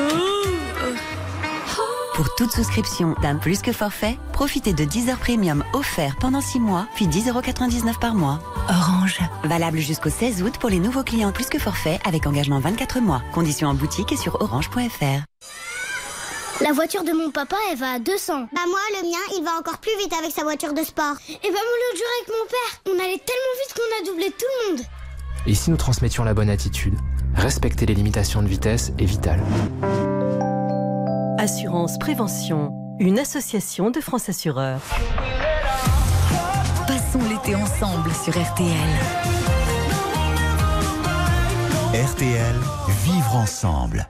Pour toute souscription d'un plus que forfait, profitez de Deezer Premium offert pendant six mois, puis dix euros quatre-vingt-dix-neuf par mois. Orange. Valable jusqu'au seize août pour les nouveaux clients plus que forfait avec engagement vingt-quatre mois. Conditions en boutique et sur orange point f r. La voiture de mon papa, elle va à deux cents. Bah moi, le mien, il va encore plus vite avec sa voiture de sport. Et bah moi, l'autre jour avec mon père, on allait tellement vite qu'on a doublé tout le monde. Et si nous transmettions la bonne attitude? Respecter les limitations de vitesse est vital. Assurance Prévention, une association de France Assureurs. Passons l'été ensemble sur R T L. R T L, vivre ensemble.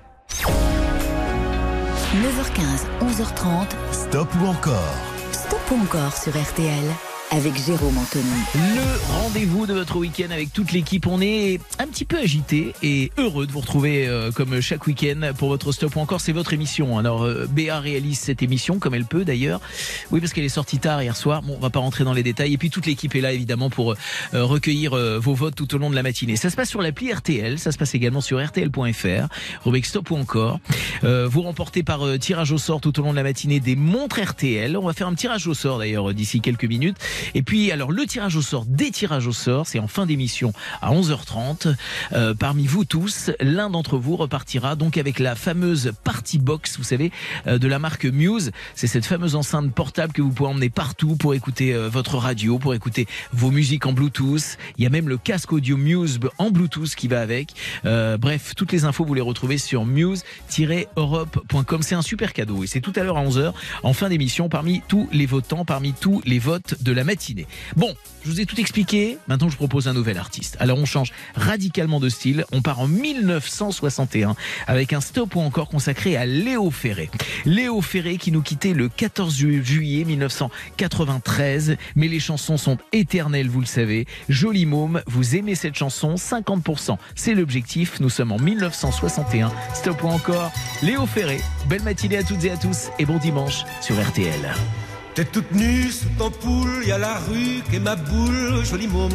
neuf heures quinze, onze heures trente. Stop ou encore? Stop ou encore sur R T L. Avec Jérôme Anthony. Le rendez-vous de votre week-end avec toute l'équipe. On est un petit peu agité et heureux de vous retrouver euh, comme chaque week-end pour votre Stop ou encore. C'est votre émission. Alors euh, Béa réalise cette émission comme elle peut d'ailleurs. Oui, parce qu'elle est sortie tard hier soir. Bon, on va pas rentrer dans les détails. Et puis toute l'équipe est là évidemment pour euh, recueillir euh, vos votes tout au long de la matinée. Ça se passe sur l'appli R T L. Ça se passe également sur R T L point F R. Rubrique Stop ou encore. Euh, vous remportez par euh, tirage au sort tout au long de la matinée des montres R T L. On va faire un tirage au sort d'ailleurs d'ici quelques minutes. Et puis, alors, le tirage au sort des tirages au sort, c'est en fin d'émission à onze heures trente. Euh, parmi vous tous, l'un d'entre vous repartira donc avec la fameuse Party Box, vous savez, euh, de la marque Muse. C'est cette fameuse enceinte portable que vous pouvez emmener partout pour écouter euh, votre radio, pour écouter vos musiques en Bluetooth. Il y a même le casque audio Muse en Bluetooth qui va avec. Euh, bref, toutes les infos, vous les retrouvez sur muse tiret europe point com. C'est un super cadeau et c'est tout à l'heure à onze heures, en fin d'émission, parmi tous les votants, parmi tous les votes de la matinée. Bon, je vous ai tout expliqué. Maintenant, je propose un nouvel artiste. Alors, on change radicalement de style. On part en mille neuf cent soixante et un avec un stop ou encore consacré à Léo Ferré. Léo Ferré qui nous quittait le quatorze juillet mille neuf cent quatre-vingt-treize. Mais les chansons sont éternelles, vous le savez. Joli môme, vous aimez cette chanson? cinquante pour cent, c'est l'objectif. Nous sommes en mille neuf cent soixante et un. Stop ou encore Léo Ferré. Belle matinée à toutes et à tous et bon dimanche sur R T L. T'es toute nue sous ton poule, y'a la rue qu'est ma boule, joli môme.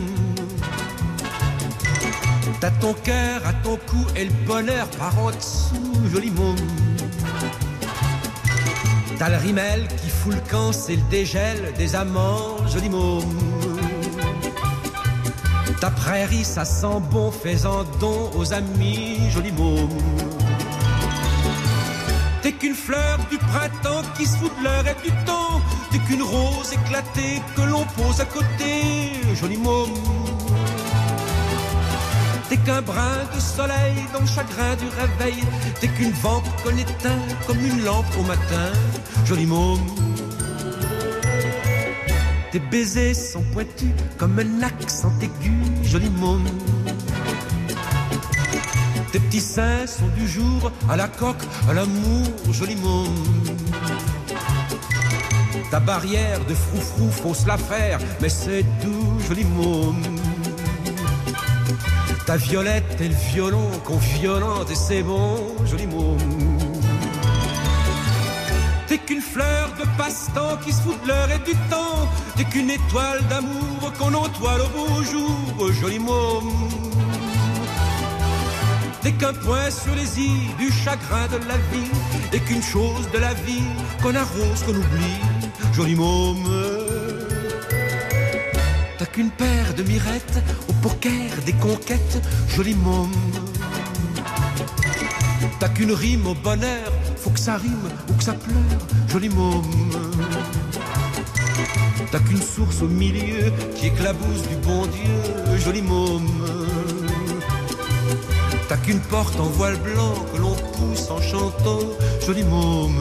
T'as ton cœur à ton cou et le bonheur par en dessous, joli môme. T'as le rimel qui fout le camp, c'est le dégel des amants, joli môme. Ta prairie, ça sent bon, fais-en don aux amis, joli môme. T'es qu'une fleur du printemps qui se fout de l'heure et du temps. T'es qu'une rose éclatée que l'on pose à côté, joli môme. T'es qu'un brin de soleil dans le chagrin du réveil. T'es qu'une vente qu'on éteint comme une lampe au matin, joli môme. Tes baisers sont pointus comme un accent aigu, joli môme. Tes petits seins sont du jour à la coque, à l'amour, joli môme. Ta barrière de froufrou, faut se la faire, mais c'est doux, joli môme. Ta violette et le violon qu'on violente et c'est bon, joli môme. T'es qu'une fleur de passe-temps qui se fout de l'heure et du temps. T'es qu'une étoile d'amour qu'on entoile au beau jour, joli môme. T'es qu'un point sur les i du chagrin de la vie. T'es qu'une chose de la vie qu'on arrose, qu'on oublie, joli môme. T'as qu'une paire de mirettes au poker des conquêtes, joli môme. T'as qu'une rime au bonheur, faut que ça rime ou que ça pleure, joli môme. T'as qu'une source au milieu qui éclabousse du bon Dieu, joli môme. T'as qu'une porte en voile blanc que l'on pousse en chantant, joli môme.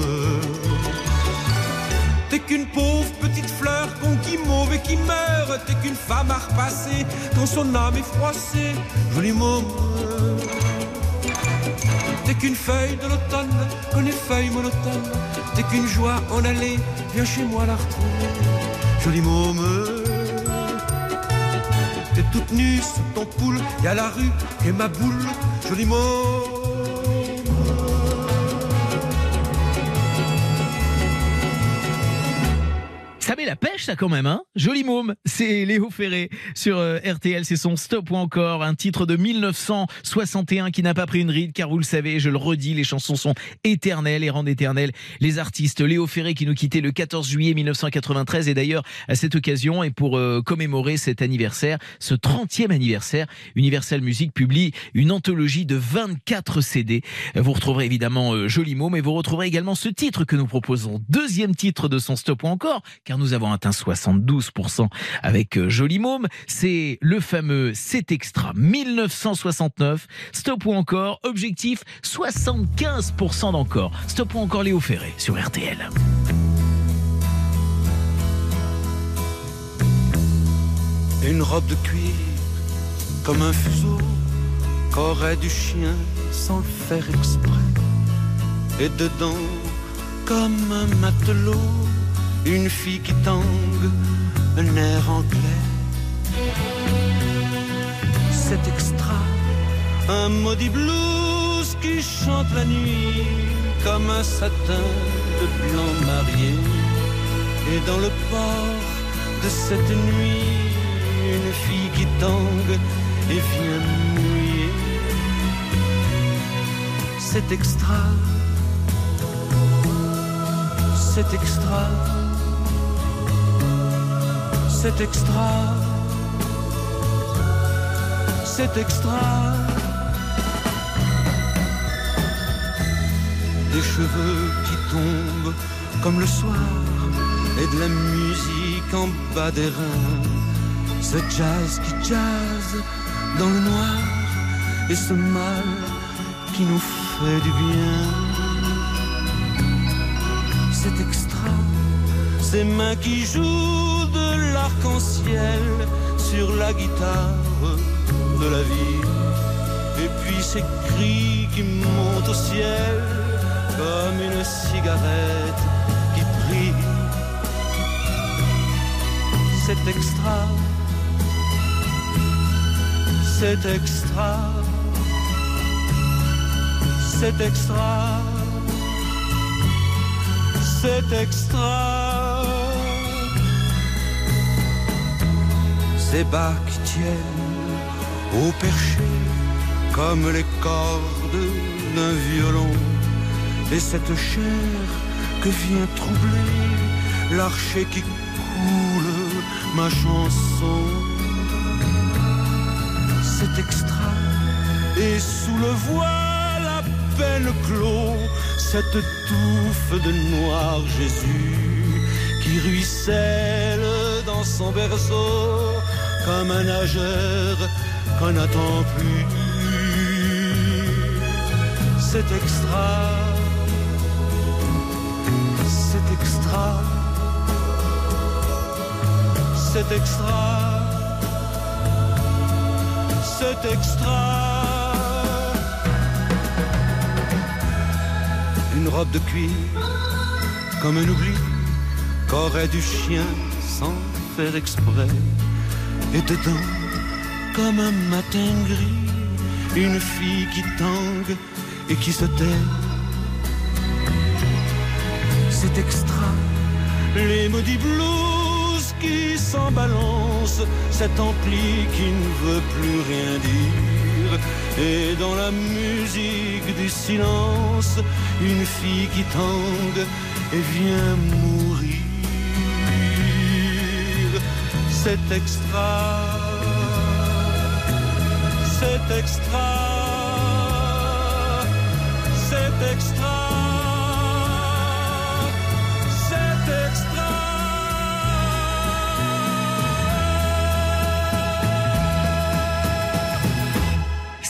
T'es qu'une pauvre petite fleur qu'on guimauve et qui meurt. T'es qu'une femme à repasser quand son âme est froissée, joli môme. T'es qu'une feuille de l'automne qu'on effeuille monotone. T'es qu'une joie en allée, viens chez moi la retrouver, joli môme. T'es toute nue sous ton poule, y'a la rue et ma boule, joli môme. Ça met la pêche, ça, quand même, hein. Joli môme, c'est Léo Ferré sur euh, R T L, c'est son Stop ou encore, un titre de mille neuf cent soixante et un qui n'a pas pris une ride, car vous le savez, je le redis, les chansons sont éternelles et rendent éternelles les artistes. Léo Ferré qui nous quittait le quatorze juillet mille neuf cent quatre-vingt-treize, et d'ailleurs, à cette occasion, et pour euh, commémorer cet anniversaire, ce trentième anniversaire, Universal Music publie une anthologie de vingt-quatre C D. Vous retrouverez évidemment euh, Joli môme, et vous retrouverez également ce titre que nous proposons, deuxième titre de son Stop ou encore, car nous avons atteint soixante-douze pour cent avec euh, Joli môme. C'est le fameux C'est Extra mille neuf cent soixante-neuf. Stop ou encore, objectif soixante-quinze pour cent d'encore. Stop ou encore, Léo Ferré sur R T L. Une robe de cuir comme un fuseau qu'aurait du chien sans le faire exprès. Et dedans, comme un matelot, une fille qui tangue, un air anglais. C'est extra, un maudit blues qui chante la nuit comme un satin de blanc marié. Et dans le port de cette nuit, une fille qui tangue et vient mouiller. C'est extra, c'est extra. C'est extra, c'est extra. Des cheveux qui tombent comme le soir et de la musique en bas des reins. Ce jazz qui jazz dans le noir et ce mal qui nous fait du bien. C'est extra. Ces mains qui jouent de l'arc-en-ciel sur la guitare de la vie. Et puis ces cris qui montent au ciel comme une cigarette qui brille. C'est extra, c'est extra, c'est extra, c'est extra. Ces bas qui tiennent au perché comme les cordes d'un violon. Et cette chair que vient troubler l'archet qui coule ma chanson. C'est extra. Et sous le voile à peine clos, cette touffe de noir Jésus qui ruisselle dans son berceau comme un nageur qu'on n'attend plus. C'est extra, c'est extra, c'est extra, c'est extra. Une robe de cuir comme un oubli qu'aurait du chien sans faire exprès. Et dedans, comme un matin gris, une fille qui tangue et qui se tait. C'est extra, les maudits blues qui s'en balancent, cet ampli qui ne veut plus rien dire. Et dans la musique du silence, une fille qui tangue et vient mourir. C'est extra, c'est extra, c'est extra, c'est extra.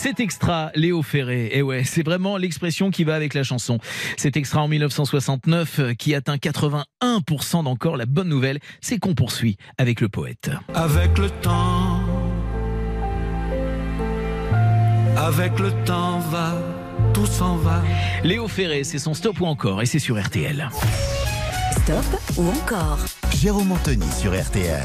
C'est extra, Léo Ferré. Et ouais, c'est vraiment l'expression qui va avec la chanson. C'est extra en mille neuf cent soixante-neuf qui atteint quatre-vingt-un pour cent d'encore. La bonne nouvelle, c'est qu'on poursuit avec le poète. Avec le temps, avec le temps va, tout s'en va. Léo Ferré, c'est son Stop ou encore et c'est sur R T L. Stop ou encore. Jérôme Anthony sur R T L.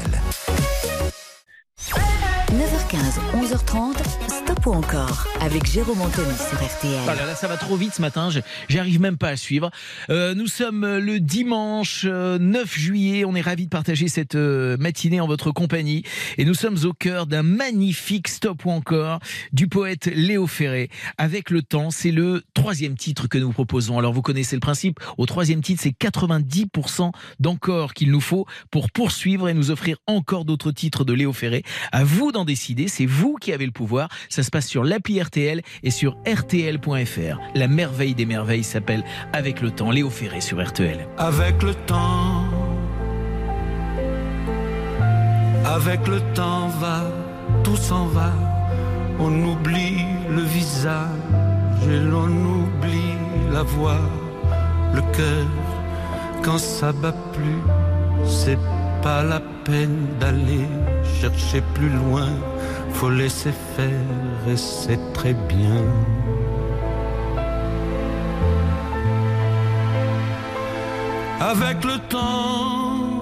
neuf heures quinze, onze heures trente, Stop ou encore avec Jérôme Anthony sur R T L. Ah là là, ça va trop vite ce matin, j'arrive même pas à suivre. Euh, nous sommes le dimanche neuf juillet, on est ravis de partager cette matinée en votre compagnie et nous sommes au cœur d'un magnifique Stop ou encore du poète Léo Ferré. Avec le temps, c'est le troisième titre que nous proposons. Alors vous connaissez le principe, au troisième titre, c'est quatre-vingt-dix pour cent d'encore qu'il nous faut pour poursuivre et nous offrir encore d'autres titres de Léo Ferré. À vous d'en décider, c'est vous qui avez le pouvoir. Ça se passe sur l'appli R T L et sur R T L point F R. La merveille des merveilles s'appelle Avec le temps. Léo Ferré sur R T L. Avec le temps, avec le temps va, tout s'en va. On oublie le visage et l'on oublie la voix. Le cœur, quand ça bat plus, c'est pas la peine d'aller chercher plus loin. Faut laisser faire et c'est très bien. Avec le temps,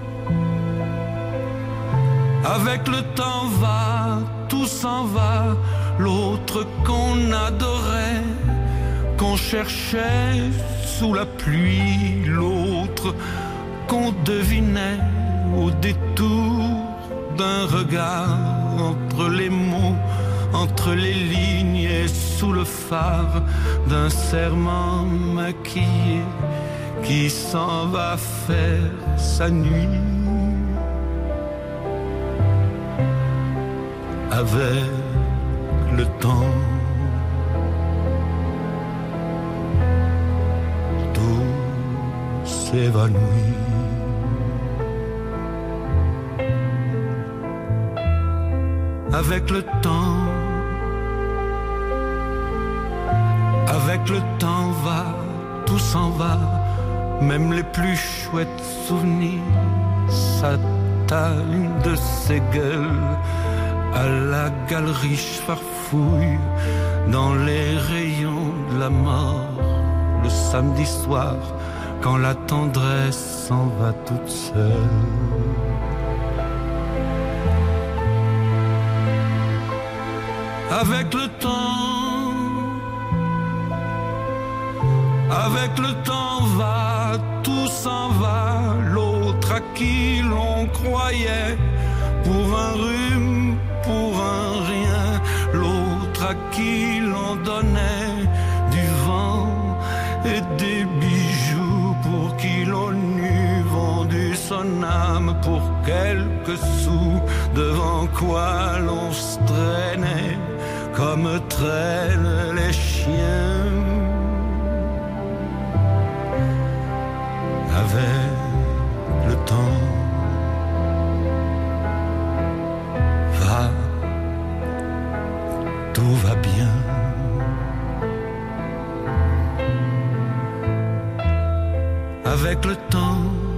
avec le temps va, tout s'en va. L'autre qu'on adorait, qu'on cherchait sous la pluie, l'autre qu'on devinait au détour d'un regard, entre les mots, entre les lignes et sous le phare d'un serment maquillé qui s'en va faire sa nuit. Avec le temps, tout s'évanouit. Avec le temps, avec le temps va, tout s'en va, même les plus chouettes souvenirs s'attallent de ces gueules à la galerie farfouille dans les rayons de la mort le samedi soir quand la tendresse s'en va toute seule. Avec le temps, avec le temps va, tout s'en va. L'autre à qui l'on croyait pour un rhume, pour un rien. L'autre à qui l'on donnait du vent et des bijoux, pour qui l'on eût vendu son âme pour quelques sous, devant quoi l'on se traînait comme traînent les chiens. Avec le temps va, tout va bien. Avec le temps,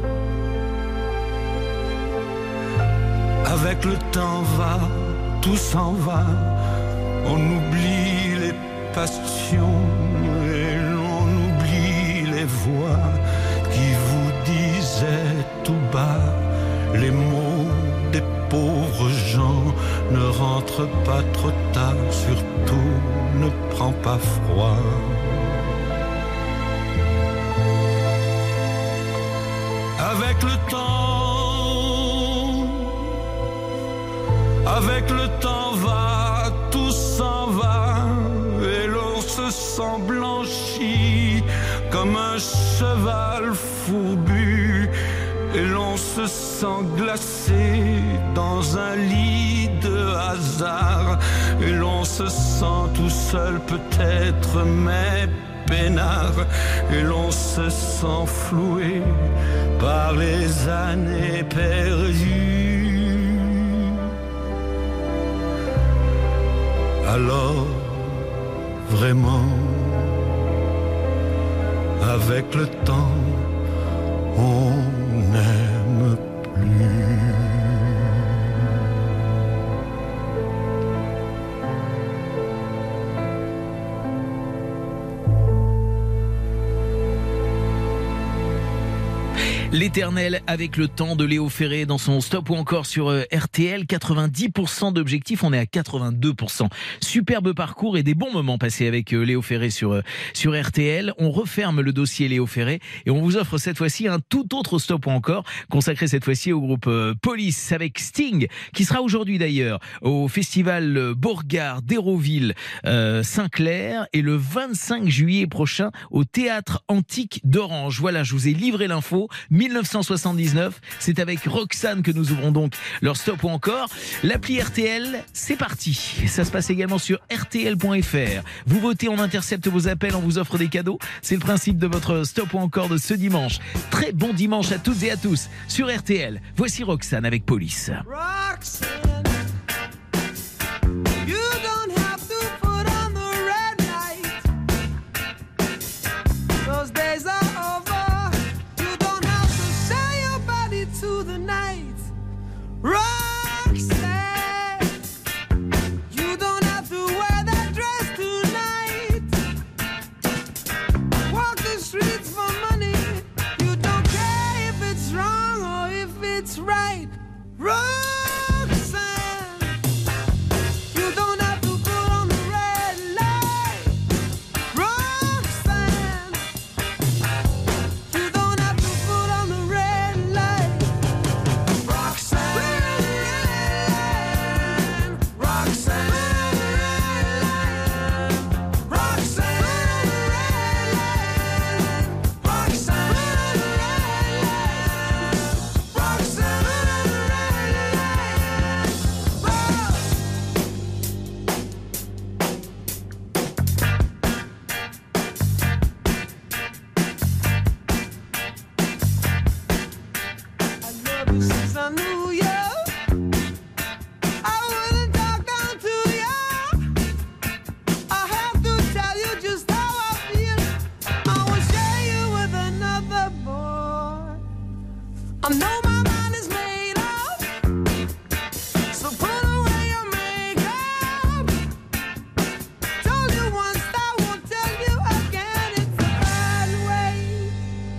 avec le temps va, tout s'en va. On oublie les passions et l'on oublie les voix qui vous disaient tout bas les mots des pauvres gens. Ne rentre pas trop tard, surtout ne prends pas froid. Avec le temps, avec le temps va, tout s'en va et l'on se sent blanchi comme un cheval fourbu et l'on se sent glacé dans un lit de hasard et l'on se sent tout seul peut-être mais peinard et l'on se sent floué par les années perdues. Alors vraiment. Avec le temps, on n'aime plus. L'éternel avec le temps de Léo Ferré dans son Stop ou encore sur R T L. quatre-vingt-dix pour cent d'objectifs, on est à quatre-vingt-deux pour cent. Superbe parcours et des bons moments passés avec Léo Ferré sur, sur R T L. On referme le dossier Léo Ferré et on vous offre cette fois-ci un tout autre Stop ou encore, consacré cette fois-ci au groupe Police avec Sting, qui sera aujourd'hui d'ailleurs au festival Beauregard d'Hérouville euh, Saint-Clair et le vingt-cinq juillet prochain au Théâtre Antique d'Orange. Voilà, je vous ai livré l'info. dix-neuf cent soixante-dix-neuf, c'est avec Roxane que nous ouvrons donc leur Stop ou encore. L'appli R T L, c'est parti. Ça se passe également sur R T L point F R. Vous votez, on intercepte vos appels, on vous offre des cadeaux. C'est le principe de votre Stop ou encore de ce dimanche. Très bon dimanche à toutes et à tous sur R T L. Voici Roxane avec Police. Roxane. You don't have to wear that dress tonight. Walk the streets for money. You don't care if it's wrong or if it's right. Roxanne, you don't have to put on the red light. Roxanne, you don't have to put on the red light. Roxanne. Since I knew you, I wouldn't talk down to you. I have to tell you just how I feel. I won't share you with another boy. I know my mind is made up, so put away your makeup. Told you once, I won't tell you again. It's a bad way.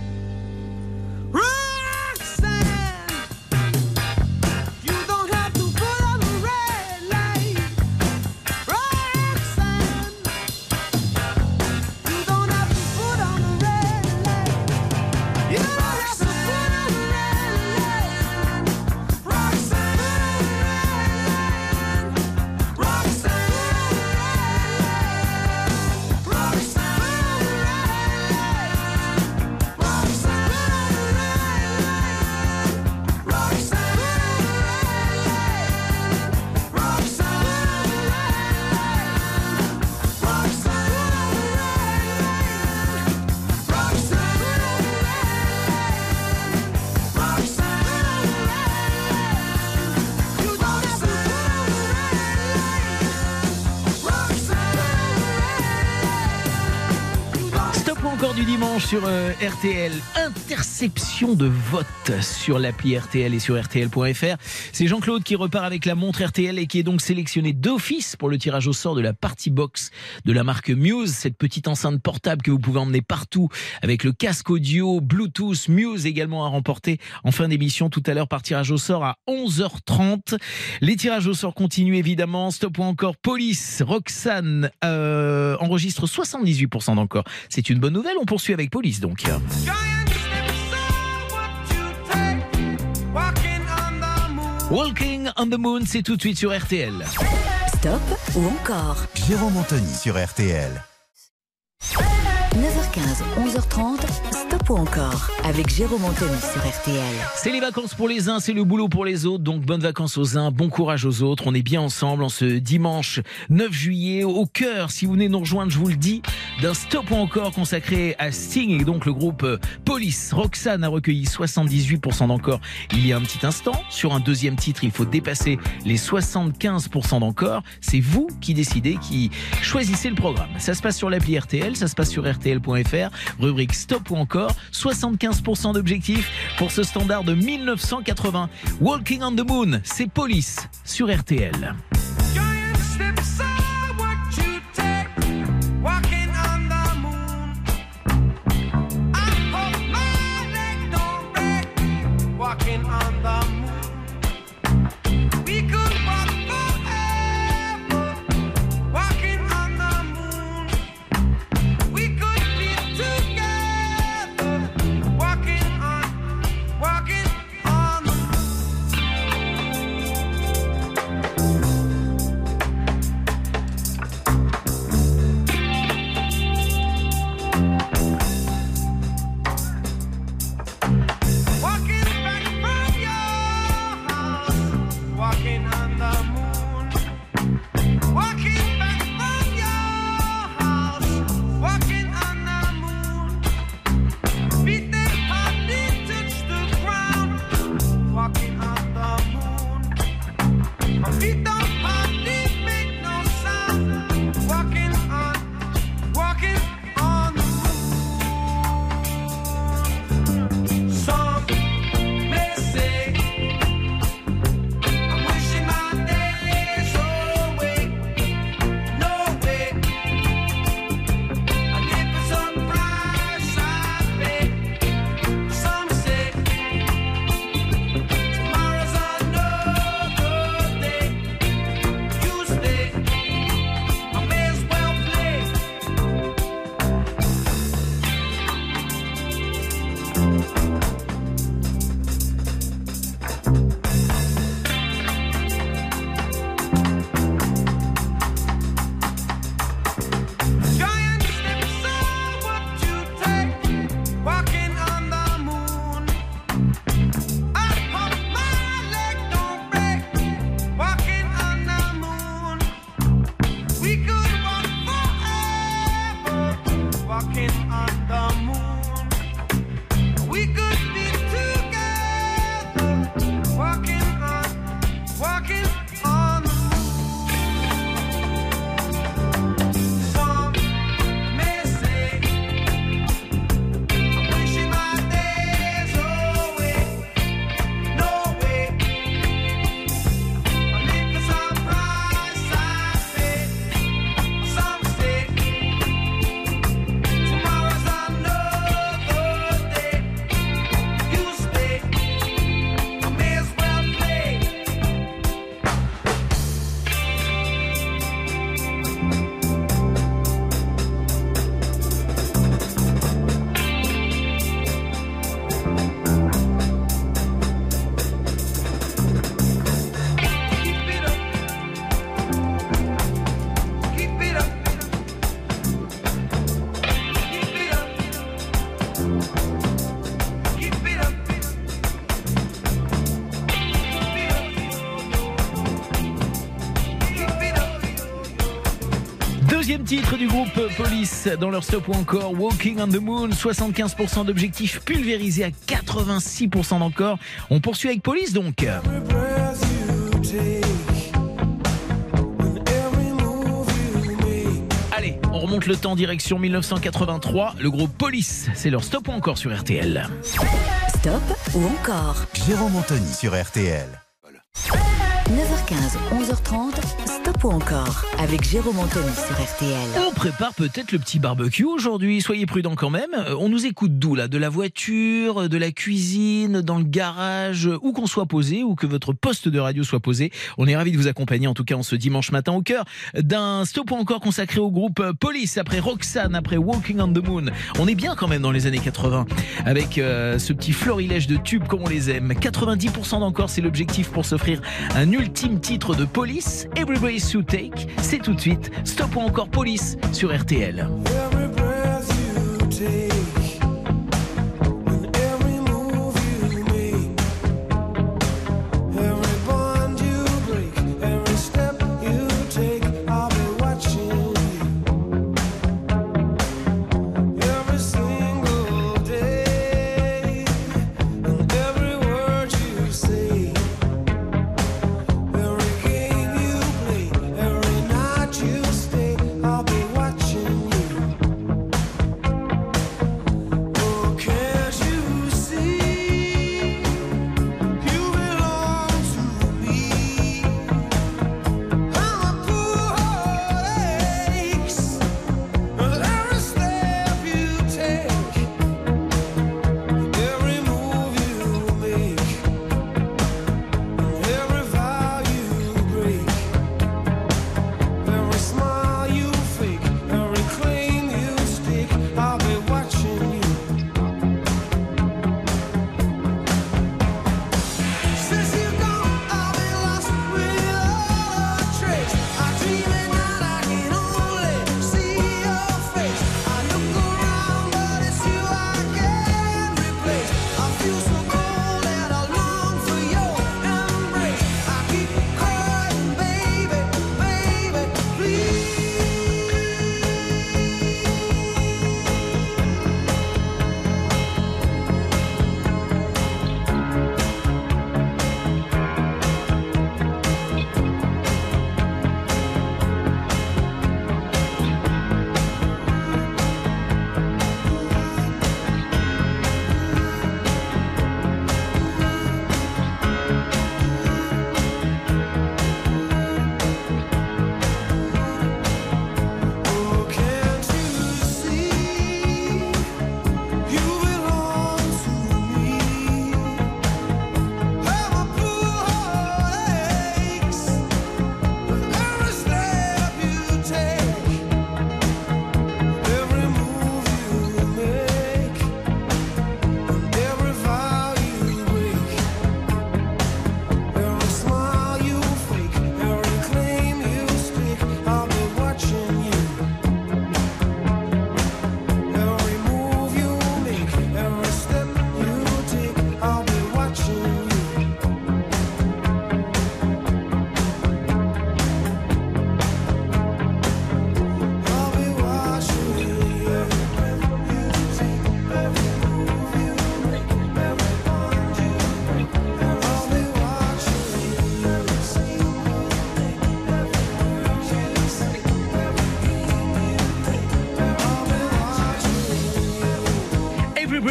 Roxanne. Encore du dimanche sur euh, R T L. Interception de vote sur l'appli R T L et sur R T L point F R. C'est Jean-Claude qui repart avec la montre R T L et qui est donc sélectionné d'office pour le tirage au sort de la Party Box de la marque Muse, cette petite enceinte portable que vous pouvez emmener partout avec le casque audio Bluetooth Muse également à remporter en fin d'émission tout à l'heure par tirage au sort à onze heures trente. Les tirages au sort continuent évidemment. Stop ou encore Police. Roxane euh, enregistre soixante-dix-huit pour cent d'encore. C'est une bonne nouvelle. On poursuit avec Police donc. Walking on the Moon, c'est tout de suite sur R T L. Stop ou encore Jérôme Anthony sur R T L. neuf heures quinze, onze heures trente, Stop Stop ou encore avec Jérôme Anthony sur R T L. C'est les vacances pour les uns, c'est le boulot pour les autres. Donc bonnes vacances aux uns, bon courage aux autres. On est bien ensemble en ce dimanche neuf juillet. Au cœur, si vous venez nous rejoindre, je vous le dis, d'un Stop ou encore consacré à Sting et donc le groupe Police. Roxane a recueilli soixante-dix-huit pour cent d'encore il y a un petit instant. Sur un deuxième titre, il faut dépasser les soixante-quinze pour cent d'encore. C'est vous qui décidez, qui choisissez le programme. Ça se passe sur l'appli R T L, ça se passe sur R T L point F R, rubrique Stop ou encore. soixante-quinze pour cent d'objectifs pour ce standard de mille neuf cent quatre-vingts. Walking on the Moon, c'est Police sur R T L. Deuxième titre du groupe Police dans leur Stop ou encore Walking on the Moon, soixante-quinze pour cent d'objectifs pulvérisés à quatre-vingt-six pour cent d'encore. On poursuit avec Police donc. Allez, on remonte le temps direction mille neuf cent quatre-vingt-trois. Le groupe Police, c'est leur Stop ou encore sur R T L. Stop ou encore Jérôme Anthony sur R T L. neuf heures quinze, onze heures trente, Stop ou encore avec Jérôme Anthony sur R T L. On prépare peut-être le petit barbecue aujourd'hui, soyez prudents quand même. On nous écoute d'où là? De la voiture, de la cuisine, dans le garage, où qu'on soit posé, ou que votre poste de radio soit posé. On est ravis de vous accompagner en tout cas en ce dimanche matin au cœur d'un Stop ou encore consacré au groupe Police, après Roxane, après Walking on the Moon. On est bien quand même dans les années quatre-vingts avec euh, ce petit florilège de tubes comme on les aime. quatre-vingt-dix pour cent d'encore, c'est l'objectif pour s'offrir un ultime titre de Police, Everybody's to Take. C'est tout de suite Stop ou encore Police sur R T L.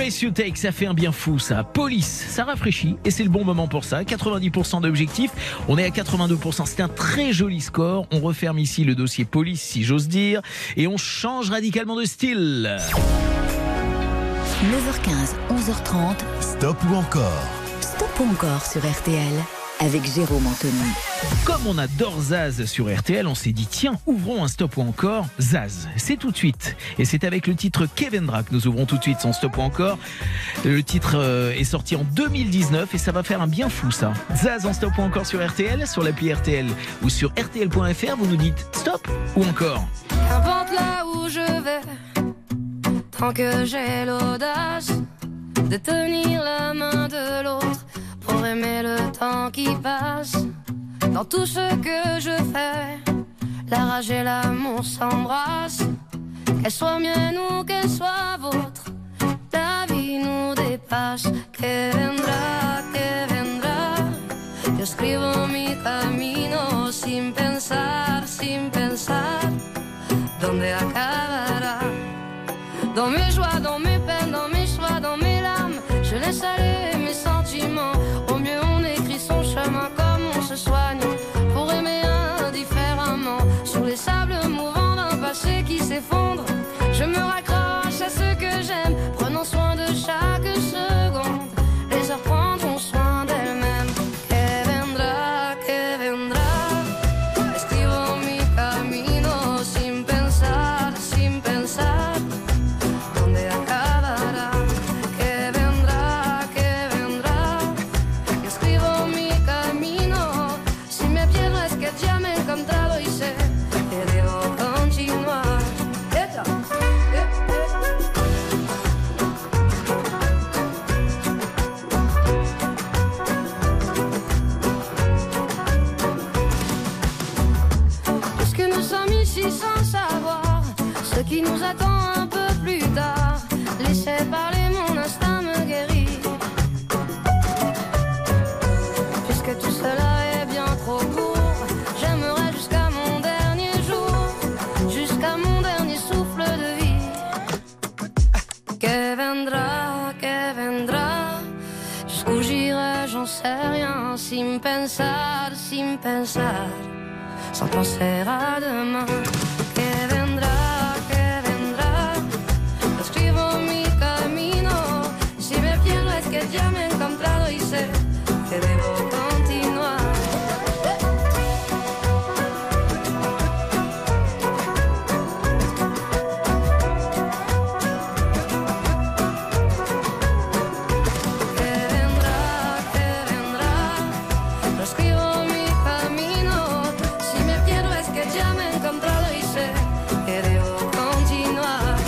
Breath You Take, ça fait un bien fou ça. Police, ça rafraîchit et c'est le bon moment pour ça. quatre-vingt-dix pour cent d'objectifs, on est à quatre-vingt-deux pour cent. C'est un très joli score. On referme ici le dossier police si j'ose dire et on change radicalement de style. neuf heures quinze, onze heures trente. Stop ou encore? Stop ou encore sur R T L avec Jérôme Anthony. Comme on adore Zaz sur R T L, on s'est dit tiens, ouvrons un stop ou encore Zaz. C'est tout de suite. Et c'est avec le titre Kevendra que nous ouvrons tout de suite son stop ou encore. Le titre euh, est sorti en deux mille dix-neuf et ça va faire un bien fou ça. Zaz en stop ou encore sur R T L, sur l'appli R T L ou sur R T L point F R, vous nous dites stop ou encore. Qu'importe là où je vais, tant que j'ai l'audace de tenir la main de l'autre pour aimer le temps qui passe. Dans tout ce que je fais, la rage et l'amour s'embrassent. Qu'elle soit mienne ou qu'elle soit vôtre, la vie nous dépasse. Que vendrá, que vendrá. Yo escribo mi camino sin pensar, sin pensar dónde acabará. Dans mes joies, dans mes peines, dans mes choix, dans mes larmes, je laisse aller mes sentiments. Au mieux on écrit son chemin comme on se soigne pour aimer indifféremment. Sur les sables mouvants d'un passé qui s'effondre, je me raccroche à ce que j'aime, prenant soin de chaque seconde. Les heures prendront soin d'elles-mêmes. Que vendrá, que vendrá. Escribo mi camino sin pensar, sin pensar dónde acabará. Que vendrá, que vendrá. Yo escribo mi camino. Si me pierdo es que ya me he encontrado y sé que debo continuar. Ella. Puisque nous sommes ici sans savoir ce qui nous attend un peu plus tard, laissez parler, mon instinct me guérit. Puisque tout cela est bien trop court, j'aimerais jusqu'à mon dernier jour, jusqu'à mon dernier souffle de vie. Que vendrá, que vendrá. Jusqu'où j'irai, j'en sais rien. Sin pensar, sin pensar, sans penser à demain. Que vendrá, que vendrá. Escribo mi camino. Si me pierdo es que ya me he encontrado y sé que debo continuar. Que vendrá, que vendrá. Escribo mi camino. Si me pierdo es que ya me he encontrado y sé que debo continuar.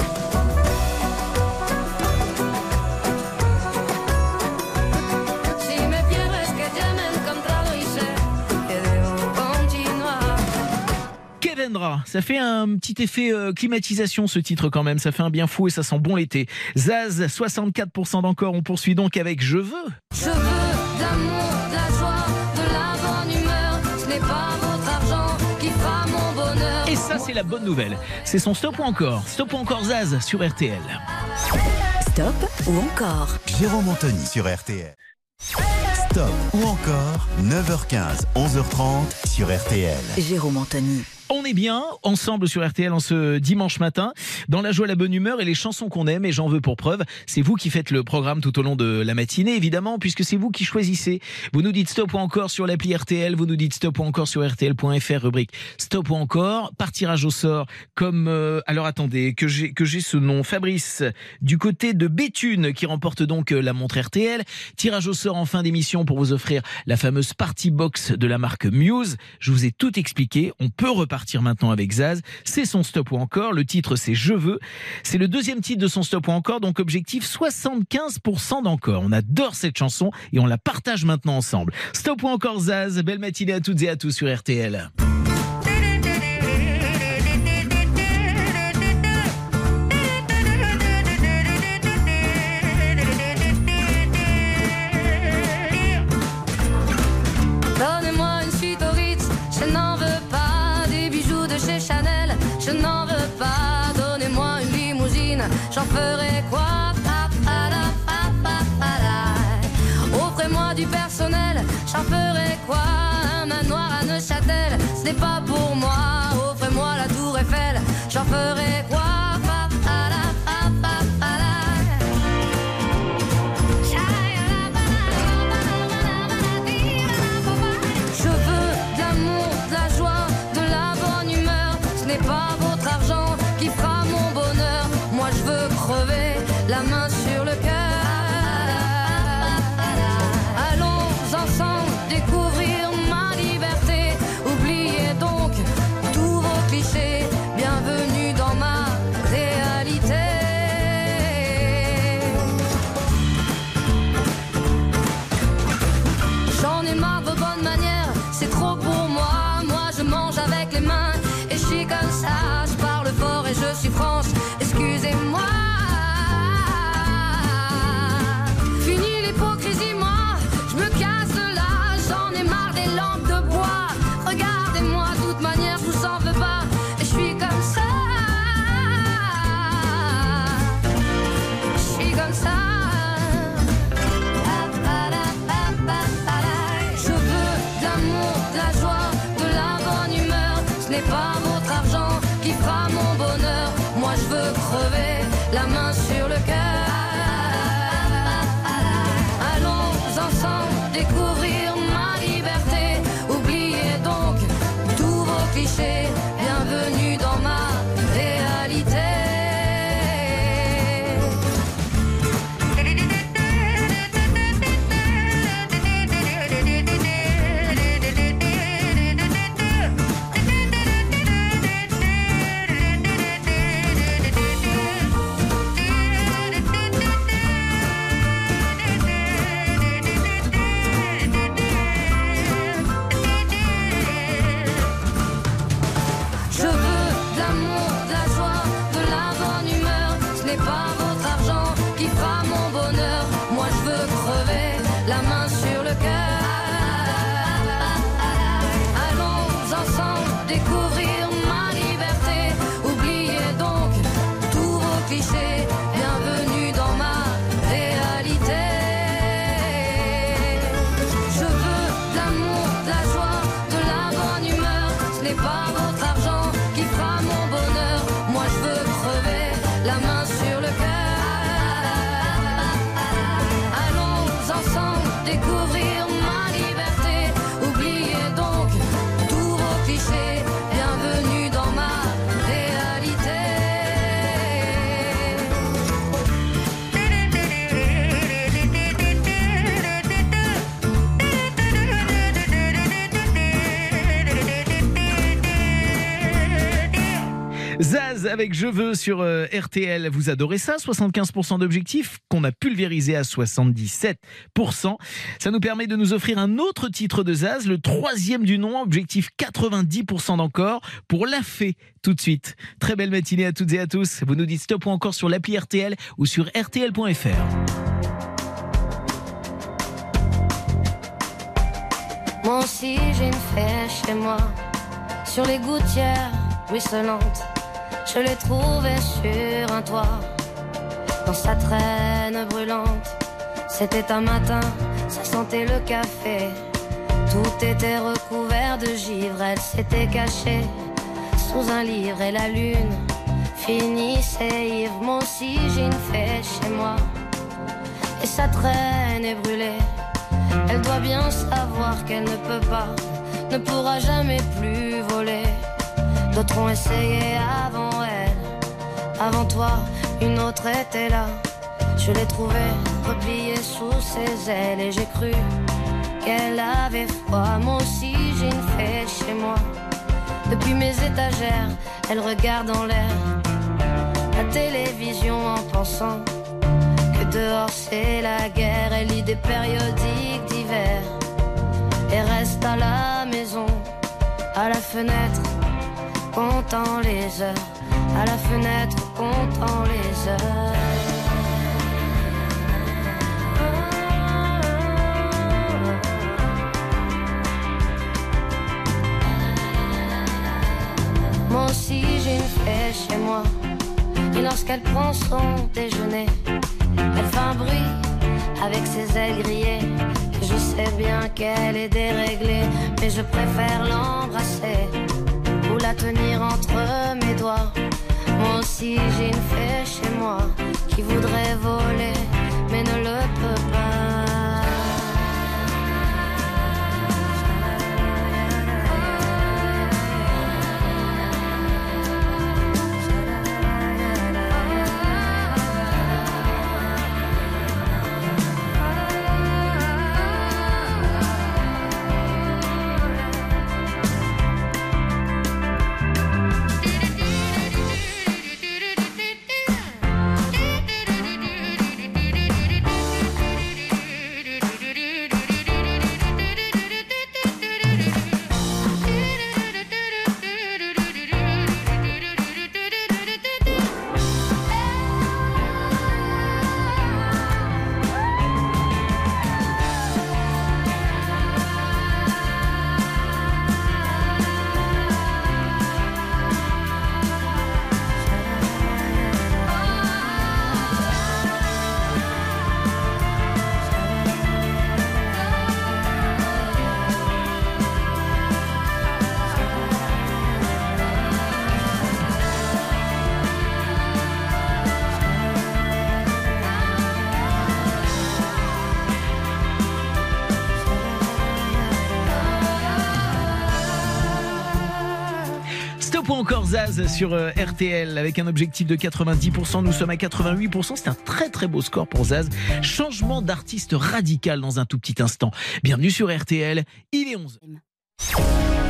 Si me pierdo es que ya me he encontrado y sé que debo continuar. Kevendra, ça fait un petit effet euh, climatisation ce titre quand même, ça fait un bien fou et ça sent bon l'été. Zaz, soixante-quatre pour cent d'encore, on poursuit donc avec Je veux. Je veux de l'amour, de la joie, de la bonne humeur. Ce n'est pas votre argent qui fera mon bonheur. Et ça c'est la bonne nouvelle, c'est son stop ou encore. Stop ou encore Zaz sur R T L. Stop ou encore? Jérôme Anthony sur R T L. Stop ou encore, neuf heures quinze, onze heures trente sur R T L. Jérôme Anthony. On est bien ensemble sur R T L en ce dimanche matin, dans la joie, la bonne humeur et les chansons qu'on aime. Et j'en veux pour preuve, c'est vous qui faites le programme tout au long de la matinée, évidemment, puisque c'est vous qui choisissez. Vous nous dites stop ou encore sur l'appli R T L, vous nous dites stop ou encore sur R T L point F R, rubrique stop ou encore, par tirage au sort, comme... Euh, alors attendez, que j'ai que j'ai ce nom, Fabrice, du côté de Béthune, qui remporte donc la montre R T L. Tirage au sort en fin d'émission pour vous offrir la fameuse Party Box de la marque Muse. Je vous ai tout expliqué, on peut repartir maintenant avec Zaz, c'est son stop ou encore, le titre c'est Je veux, c'est le deuxième titre de son stop ou encore, donc objectif soixante-quinze pour cent d'encore. On adore cette chanson et on la partage maintenant ensemble. Stop ou encore Zaz, belle matinée à toutes et à tous sur R T L. Donnez-moi une suite au Ritz, je n'en veux pas. Des bijoux de chez Chanel, je n'en veux pas. Donnez-moi une limousine, j'en ferai quoi, papa? personnel, j'en ferai quoi? Un manoir à Neuchâtel, ce n'est pas pour moi. Offrez-moi la tour Eiffel, j'en ferai quoi? Je veux de l'amour, de la joie, de la bonne humeur. Ce n'est pas votre argent qui fera mon bonheur. Moi je veux crever la main sur le cœur. Ensemble découvrir ma liberté. Oubliez donc tous vos clichés. Bienvenue dans ma réalité. J'en ai marre de vos bonnes manières, c'est trop pour moi. Moi je mange avec les mains et je suis comme ça. Je parle fort et je suis franche, excusez-moi. Fini l'hypocrisie, moi je me casse de là, j'en ai marre des lampes de bois. Regardez-moi, de toute manière, je vous en veux pas. Et je suis comme ça. Je suis comme ça. Je veux de l'amour, de la joie, de la bonne humeur. Ce n'est pas votre argent qui fera mon bonheur. Moi je veux crever la main sur le cœur. Ensemble découvrir ma liberté. Oubliez donc tous vos clichés. Bienvenue dans ma réalité. Pas votre argent qui fera mon bonheur. Moi je veux crever la main sur le cœur. Allons ensemble découvrir ma liberté. Oubliez donc tous vos clichés. Bienvenue dans ma réalité. Je veux de l'amour, de la joie, de la bonne humeur. Ce n'est pas votre argent qui fera mon bonheur. Moi je veux crever la main sur le cœur. Allons ensemble découvrir ma liberté. Oubliez donc tous vos clichés. Bienvenue dans ma réalité. Zaz avec Je veux sur euh, R T L. Vous adorez ça, soixante-quinze pour cent d'objectifs qu'on a pulvérisé à soixante-dix-sept pour cent. Ça nous permet de nous offrir un autre titre de Zaz, le troisième du nom, objectif quatre-vingt-dix pour cent d'encore pour La Fée tout de suite. Très belle matinée à toutes et à tous. Vous nous dites stop ou encore sur l'appli R T L ou sur R T L point F R. Moi aussi j'ai une fée chez moi, sur les gouttières ruisselantes. Je l'ai trouvée sur un toit, dans sa traîne brûlante. C'était un matin, ça sentait le café. Tout était recouvert de givre, elle s'était cachée sous un livre et la lune finissait ivre. Moi aussi j'ai une fée chez moi, et sa traîne est brûlée. Elle doit bien savoir qu'elle ne peut pas, ne pourra jamais plus voler. D'autres ont essayé avant elle, avant toi, une autre était là. Je l'ai trouvée repliée sous ses ailes et j'ai cru qu'elle avait froid. Moi aussi j'ai une fée chez moi, depuis mes étagères, elle regarde en l'air la télévision en pensant que dehors c'est la guerre. Elle lit des périodiques d'hiver et reste à la maison, à la fenêtre, comptant les heures, à la fenêtre, comptant les heures. Moi aussi j'ai une fée chez moi, et lorsqu'elle prend son déjeuner, elle fait un bruit avec ses ailes grillées. Je Je sais bien qu'elle est déréglée, mais je préfère l'embrasser ou la tenir entre mes doigts. Moi aussi j'ai une fée chez moi qui voudrait voler, mais ne le peut pas. Ou encore Zaz sur euh, R T L avec un objectif de quatre-vingt-dix pour cent. Nous sommes à quatre-vingt-huit pour cent. C'est un très très beau score pour Zaz. Changement d'artiste radical dans un tout petit instant. Bienvenue sur R T L. Il est onze heures.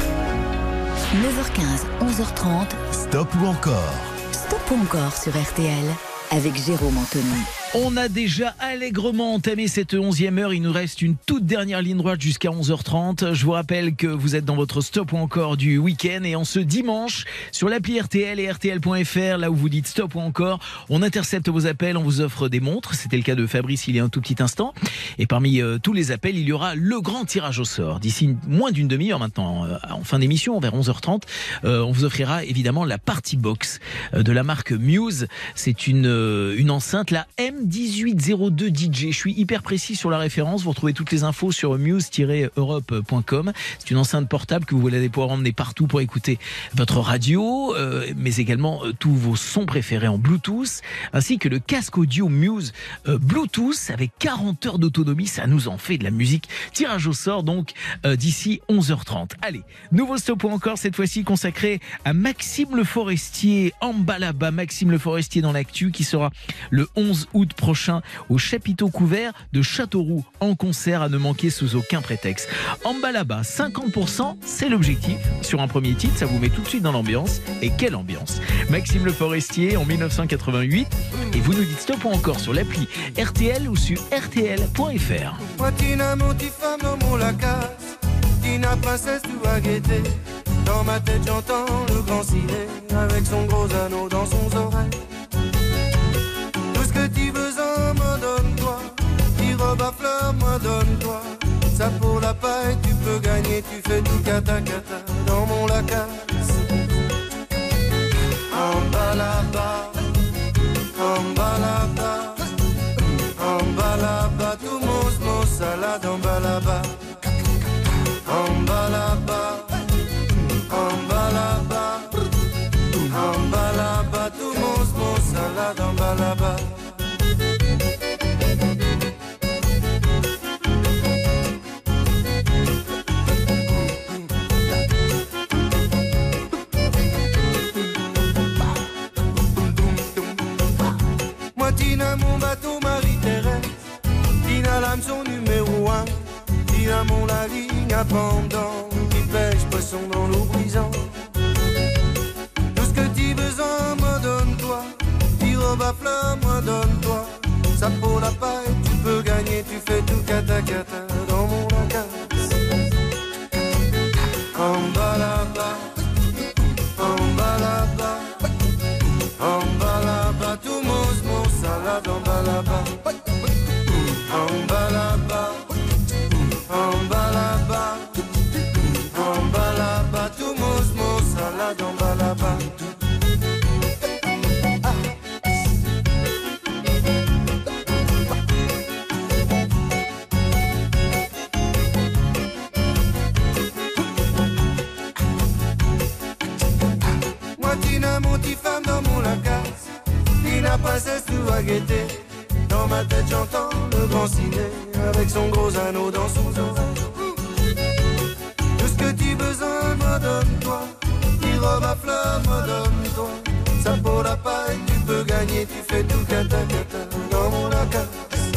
neuf heures quinze, onze heures trente. Stop ou encore? Stop ou encore sur R T L avec Jérôme Anthony. On a déjà allègrement entamé cette onzième heure. Il nous reste une toute dernière ligne droite jusqu'à onze heures trente. Je vous rappelle que vous êtes dans votre stop ou encore du week-end. Et en ce dimanche, sur l'appli R T L et R T L point F R, là où vous dites stop ou encore, on intercepte vos appels, on vous offre des montres. C'était le cas de Fabrice il y a un tout petit instant. Et parmi euh, tous les appels, il y aura le grand tirage au sort. D'ici moins d'une demi-heure maintenant, euh, en fin d'émission, vers onze heures trente, euh, on vous offrira évidemment la Party Box euh, de la marque Muse. C'est une, euh, une enceinte, la M dix-huit zéro deux D J. Je suis hyper précis sur la référence. Vous retrouvez toutes les infos sur muse tiret europe point com. C'est une enceinte portable que vous allez pouvoir emmener partout pour écouter votre radio, euh, mais également euh, tous vos sons préférés en Bluetooth, ainsi que le casque audio Muse euh, Bluetooth avec quarante heures d'autonomie. Ça nous en fait de la musique. Tirage au sort donc euh, d'ici onze heures trente. Allez, nouveau stop ou encore, cette fois-ci consacré à Maxime Le Forestier, Ambalaba. Maxime Le Forestier dans l'actu, qui sera le onze août prochain au chapiteau couvert de Châteauroux en concert à ne manquer sous aucun prétexte. Ambalaba, cinquante pour cent, c'est l'objectif. Sur un premier titre, ça vous met tout de suite dans l'ambiance. Et quelle ambiance! Maxime Le Forestier en dix-neuf cent quatre-vingt-huit. Et vous nous dites stop ou encore sur l'appli R T L ou sur R T L point F R. Moi, Tina, mon petit femme dans mon lacasse. Tina, princesse, tu vas guetter. Dans ma tête, j'entends le grand ciné avec son gros anneau dans son oreille. Tout ce que tu veux en me donne-toi. Petit robe à fleurs, moi donne-toi. Ça pour la paille, tu peux gagner. Tu fais tout cata cata dans mon lacasse. En bas là-bas, en bas là-bas, en bas là-bas, tout mousse, mousse, salade en bas là-bas. En bas là-bas, en bas là-bas, en bas là-bas, tout mousse, mousse, salade en bas là-bas. Moi Tina mon bateau Marie-Thérèse, Tina l'hameçon numéro un, Tina mon la ligne à pendant, qui pêche poisson dans l'eau brisante. Tout ce que tu veux en me donne-toi, petit robe à fleurs moi donne-toi. Ça pour la paille tu peux gagner, tu fais tout cata cata dans mon lacasse. En bas là-bas, en bas là-bas, en bas là-bas, tout mousse, mousse, salade en bas là-bas. En bas là-bas, en bas là-bas, en bas là-bas, tout mousse, mousse, salade en bas là-bas. voilà mon petit femme dans mon lacasse. Il n'a pas cesse tout à guetter. Dans ma tête j'entends le grand ciné avec son gros anneau dans son oreille. Tout ce que tu besoin, me donne-toi. Tes robes à fleurs, me donne-toi. Ça pour la paille, tu peux gagner. Tu fais tout cata cata dans mon lacasse.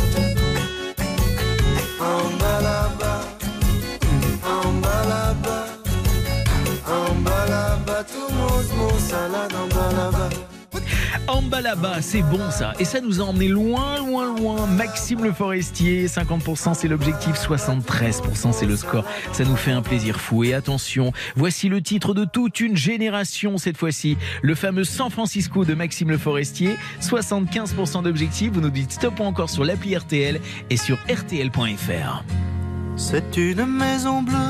En bas là-bas, en bas là-bas, en bas là-bas, tout mon, mon salade en bas là-bas. En bas là-bas, c'est bon ça. Et ça nous a emmené loin, loin, loin. Maxime Le Forestier, cinquante pour cent c'est l'objectif, soixante-treize pour cent c'est le score. Ça nous fait un plaisir fou. Et attention, voici le titre de toute une génération cette fois-ci. Le fameux San Francisco de Maxime Le Forestier, soixante-quinze pour cent d'objectif. Vous nous dites stop ou encore sur l'appli R T L et sur R T L point F R. C'est une maison bleue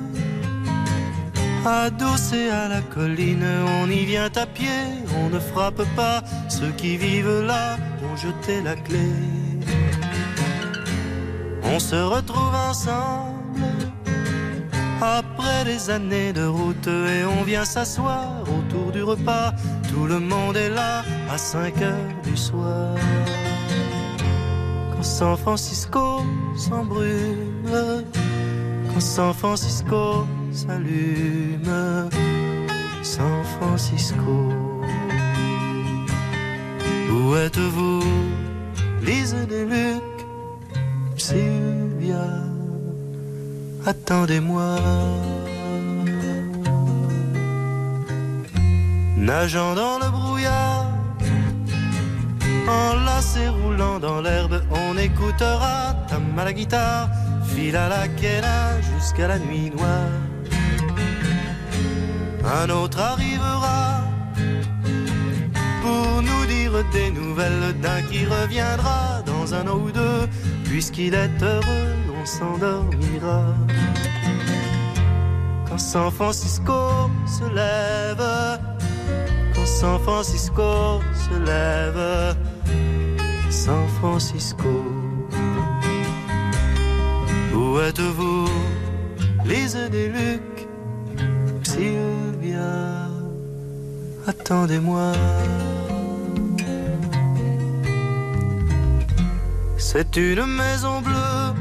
adossé à la colline, on y vient à pied, on ne frappe pas. Ceux qui vivent là ont jeté la clé. On se retrouve ensemble après des années de route et on vient s'asseoir autour du repas. Tout le monde est là à cinq heures du soir. Quand San Francisco s'embrume, quand San Francisco s'allume, San Francisco. Où êtes-vous, Lise et Luc, Sylvia, attendez-moi. Nageant dans le brouillard, enlacé roulant dans l'herbe, on écoutera Tam à la guitare, file à la quena jusqu'à la nuit noire. Un autre arrivera pour nous dire des nouvelles d'un qui reviendra dans un an ou deux. Puisqu'il est heureux, on s'endormira. Quand San Francisco se lève, quand San Francisco se lève, San Francisco. Où êtes-vous, Lise et Luc, Sylvia, attendez-moi. C'est une maison bleue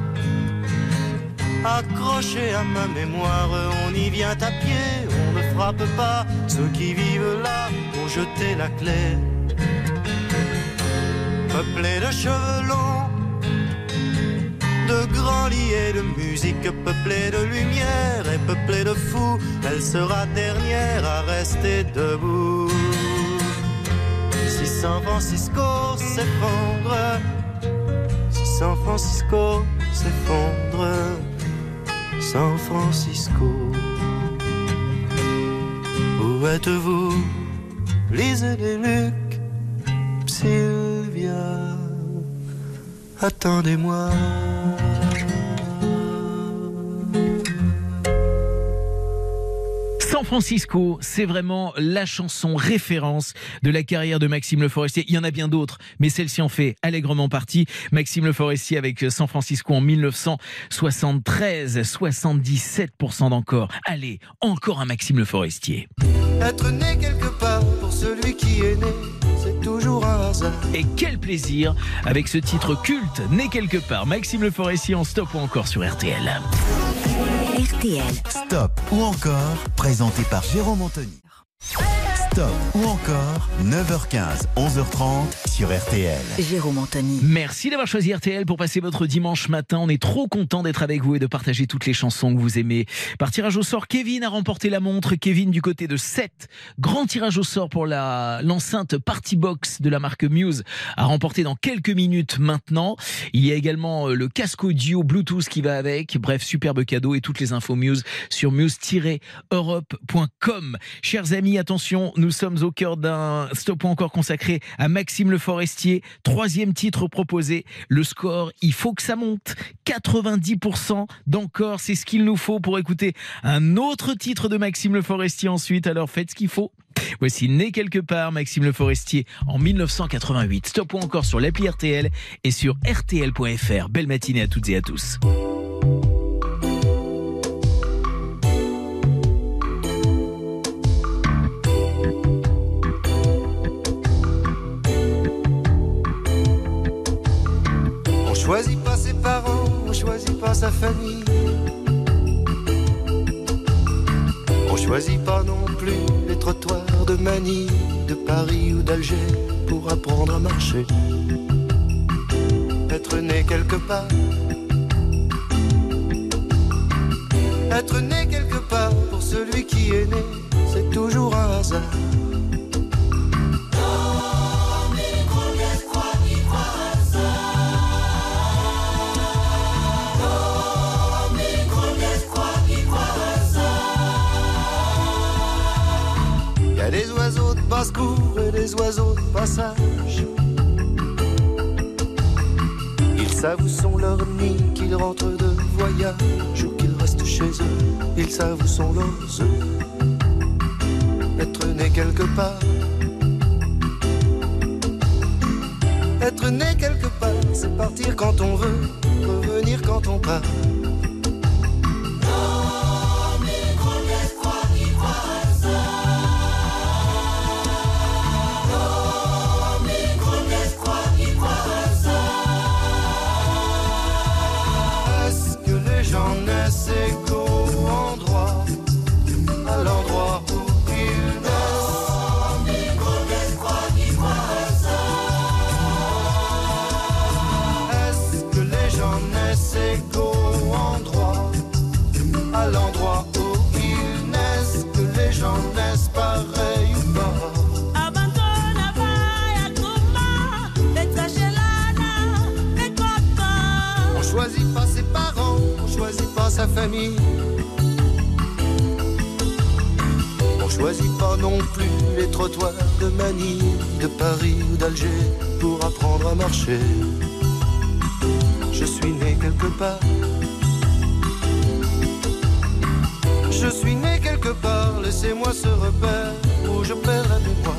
accrochée à ma mémoire. On y vient à pied, on ne frappe pas. Ceux qui vivent là ont jeté la clé. Peuplée de cheveux longs, de grands lits et de musique, peuplée de lumière et peuplée de fous, elle sera dernière à rester debout. Si San Francisco s'effondre, si San Francisco s'effondre, San Francisco. Où êtes-vous, Lise et Luc, Sylvia, attendez-moi. San Francisco, c'est vraiment la chanson référence de la carrière de Maxime Le Forestier. Il y en a bien d'autres, mais celle-ci en fait allègrement partie. Maxime Le Forestier avec San Francisco en mille neuf cent soixante-treize, soixante-dix-sept pour cent d'encore. Allez, encore un Maxime Le Forestier. Être né quelque part pour celui qui est né, c'est toujours un hasard. Et quel plaisir avec ce titre culte, Né quelque part. Maxime Le Forestier en stop ou encore sur R T L. R T L. Stop ou encore, présenté par Jérôme Anthony. Stop ou encore, neuf heures quinze, onze heures trente sur R T L. Jérôme Anthony. Merci d'avoir choisi R T L pour passer votre dimanche matin. On est trop content d'être avec vous et de partager toutes les chansons que vous aimez. Par tirage au sort, Kevin a remporté la montre. Kevin du côté de Sète. Grand tirage au sort pour la, l'enceinte Party Box de la marque Muse a remporté dans quelques minutes maintenant. Il y a également le casque audio Bluetooth qui va avec. Bref, superbe cadeau et toutes les infos Muse sur muse tiret europe point com. Chers amis, attention, nous sommes au cœur d'un stop encore consacré à Maxime Le Forestier. Troisième titre proposé. Le score, il faut que ça monte. quatre-vingt-dix pour cent d'encore, c'est ce qu'il nous faut pour écouter un autre titre de Maxime Le Forestier ensuite. Alors faites ce qu'il faut. Voici Né quelque part, Maxime Le Forestier en mille neuf cent quatre-vingt-huit. Stop ou encore sur l'appli R T L et sur R T L point F R. Belle matinée à toutes et à tous. choisit pas sa famille. On choisit pas non plus les trottoirs de Manille, de Paris ou d'Alger pour apprendre à marcher. Être né quelque part, être né quelque part pour celui qui est né, c'est toujours un hasard. Il y a des oiseaux de basse-cour et des oiseaux de passage. Ils savent où sont leurs nids, qu'ils rentrent de voyage ou qu'ils restent chez eux. Ils savent où sont leurs œufs. Être né quelque part, être né quelque part, c'est partir quand on veut, revenir quand on part. J'en naisse égaux en droit, à l'endroit où ils naissent. Est-ce que les gens naissent égaux en droit, à l'endroit où ils naissent? Que les gens naissent pareils ou pas? On choisit pas ses parents, on choisit pas sa famille. On choisit pas non plus les trottoirs de Manille, de Paris ou d'Alger pour apprendre à marcher. Je suis né quelque part, je suis né quelque part, laissez-moi ce repère où je perds la mémoire.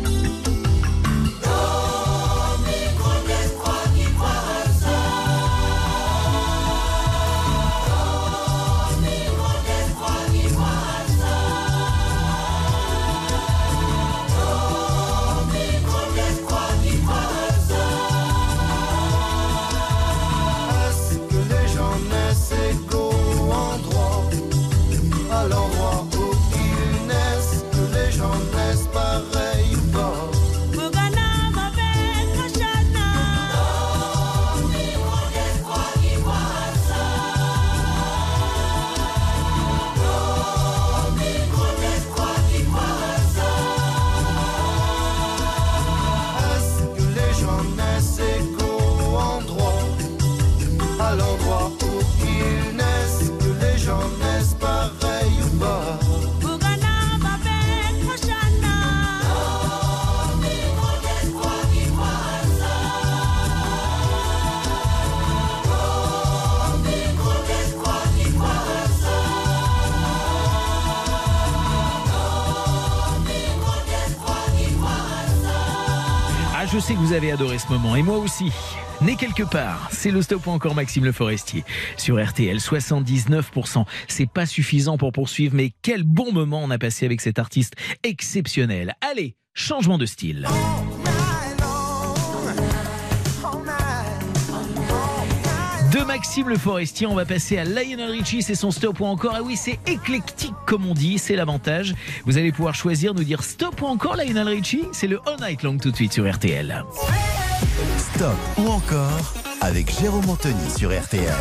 Je sais que vous avez adoré ce moment, et moi aussi. Né quelque part, c'est le Stop ou encore Maxime Le Forestier sur R T L, soixante-dix-neuf pour cent. C'est pas suffisant pour poursuivre, mais quel bon moment on a passé avec cet artiste exceptionnel. Allez, changement de style. De Maxime Le Forestier, on va passer à Lionel Richie, c'est son Stop ou encore. Ah oui, c'est éclectique comme on dit, c'est l'avantage. Vous allez pouvoir choisir, nous dire Stop ou encore Lionel Richie. C'est le All Night Long tout de suite sur R T L. Stop ou encore avec Jérôme Anthony sur R T L.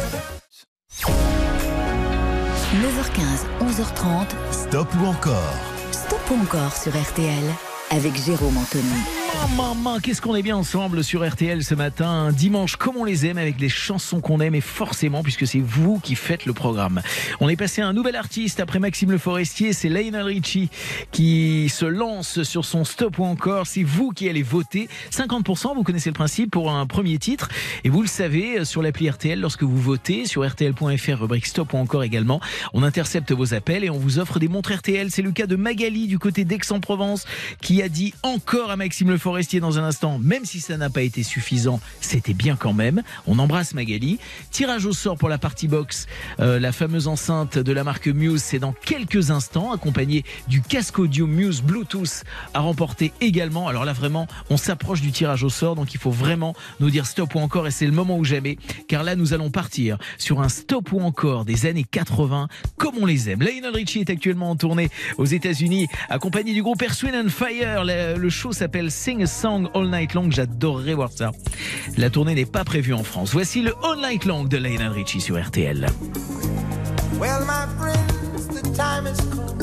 neuf heures quinze, onze heures trente. Stop ou encore. Stop ou encore sur R T L avec Jérôme Anthony. Maman, maman, qu'est-ce qu'on est bien ensemble sur R T L ce matin, un dimanche comme on les aime, avec les chansons qu'on aime, et forcément puisque c'est vous qui faites le programme. On est passé à un nouvel artiste après Maxime Le Forestier, c'est Lionel Richie qui se lance sur son Stop ou encore. C'est vous qui allez voter, cinquante pour cent, vous connaissez le principe, pour un premier titre, et vous le savez, sur l'appli R T L, lorsque vous votez sur R T L point F R, rubrique Stop ou encore également, on intercepte vos appels et on vous offre des montres R T L. C'est le cas de Magali du côté d'Aix-en-Provence qui a dit encore à Maxime Le le Forestier dans un instant, même si ça n'a pas été suffisant, c'était bien quand même. On embrasse Magali. Tirage au sort pour la party box, euh, la fameuse enceinte de la marque Muse, c'est dans quelques instants, accompagné du casque audio Muse Bluetooth à remporter également. Alors là vraiment, on s'approche du tirage au sort, donc il faut vraiment nous dire stop ou encore, et c'est le moment ou jamais, car là nous allons partir sur un stop ou encore des années quatre-vingts comme on les aime. Lionel Richie est actuellement en tournée aux États-Unis, accompagné du groupe Earth, Wind and Fire. Le show s'appelle Sing a Song All Night Long. J'adorerais voir ça. La tournée n'est pas prévue en France. Voici le All Night Long de Lionel Richie sur R T L. Well, my friends, the time has come.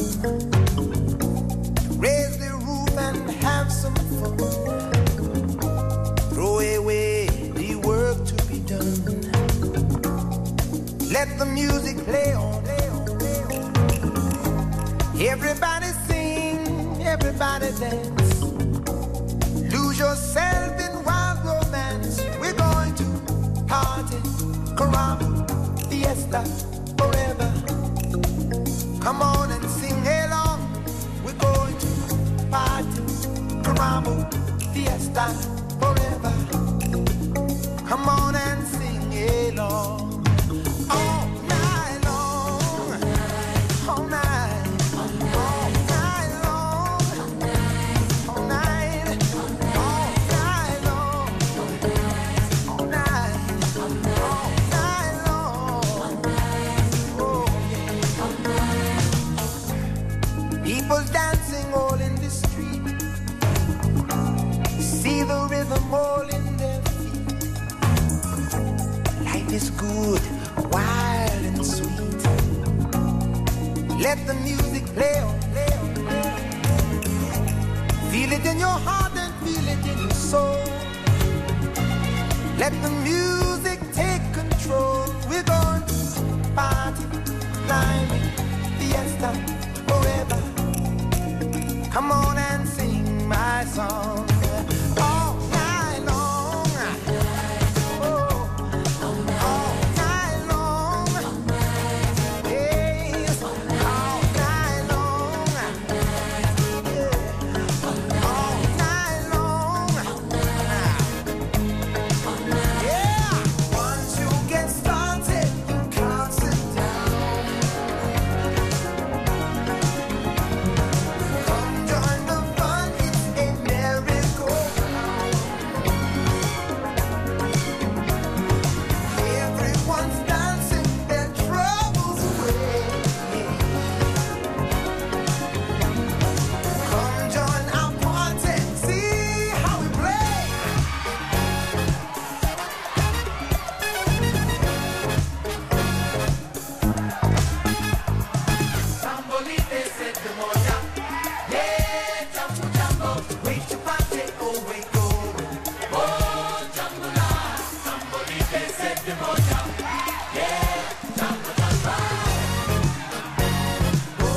Raise the roof and have some fun. Throw away the work to be done. Let the music play on. Everybody sing, everybody dance. Lose yourself in wild romance. We're going to party, caramba, fiesta, forever. Come on and sing along. We're going to party, caramba, fiesta, forever. Come on and sing along. All night long, all night, all night long, all night, all night long, all night, all night long. Oh yeah. People dancing all in the street. See the rhythm all in their feet. Life is good, wild and sweet. Let the music play on, play on, play on. Feel it in your heart and feel it in your soul. Let the music take control. We're going to party, climbing, fiesta, forever. Come on and sing my song. All night long. Oh, all night long. Yes, all night long. Yeah, all night long. Yeah, once you get started, you can't sit down. Come join the fun, it's a merry-go-round. Everyone's dancing their troubles away. Come join our party, see how we play. Sambolite se te moja, yeah, jambo jambo, wait to party, oh wait go, oh jambo la, sambolite se te moja, yeah, jambo jambo, oh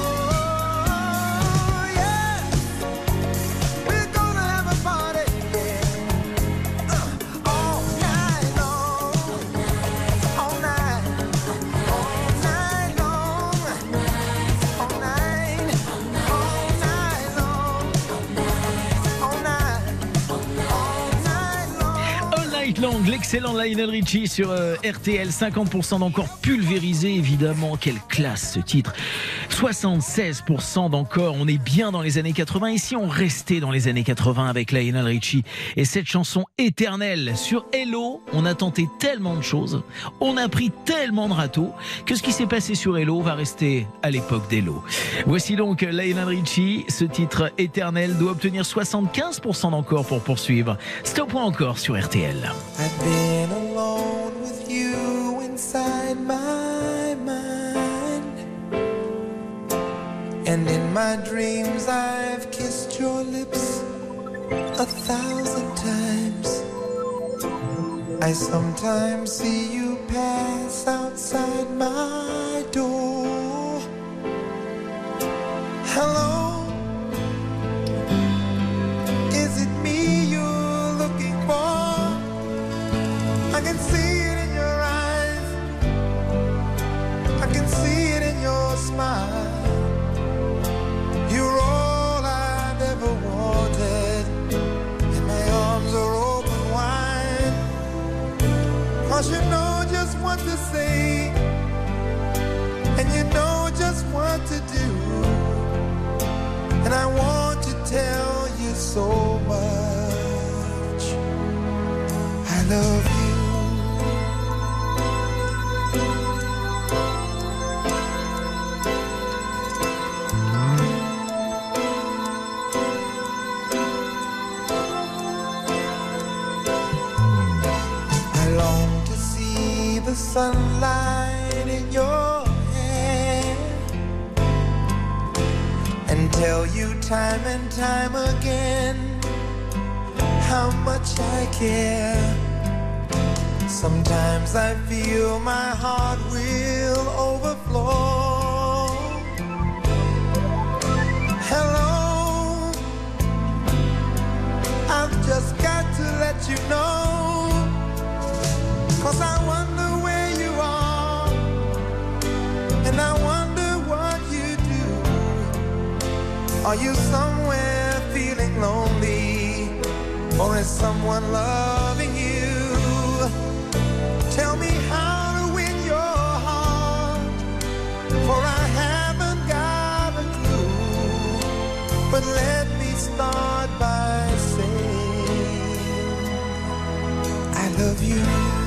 yeah, we're gonna have a party, yeah, uh, all night long, all night, all night long. All night, all night long, all night, all night long. All Night Long, l'excellent Lionel Richie sur euh, R T L, cinquante pour cent d'encore pulvérisé, évidemment. Quelle classe ce titre. soixante-seize pour cent d'encore, on est bien dans les années quatre-vingts. Ici, on restait dans les années quatre-vingts avec Lionel Richie et cette chanson éternelle. Sur Hello, on a tenté tellement de choses, on a pris tellement de râteaux que ce qui s'est passé sur Hello va rester à l'époque d'Hello. Voici donc Lionel Richie, ce titre éternel doit obtenir soixante-quinze pour cent d'encore pour poursuivre. Stop ou encore sur R T L. I've been alone with you inside my mind, and in my dreams I've kissed your lips a thousand times. I sometimes see you pass outside my door. Hello, is it me you're looking for? I can see it in your eyes, I can see it in your smile. You're all I've ever wanted. 'cause you know just what to say, and you know just what to do, and I want to tell you so much. I love you. The sunlight in your hair and tell you time and time again how much I care. Sometimes I feel my heart will overflow. Hello, I've just got to let you know, 'cause I wonder and I wonder what you do. Are you somewhere feeling lonely, or is someone loving you? Tell me how to win your heart, for I haven't got a clue. But let me start by saying I love you.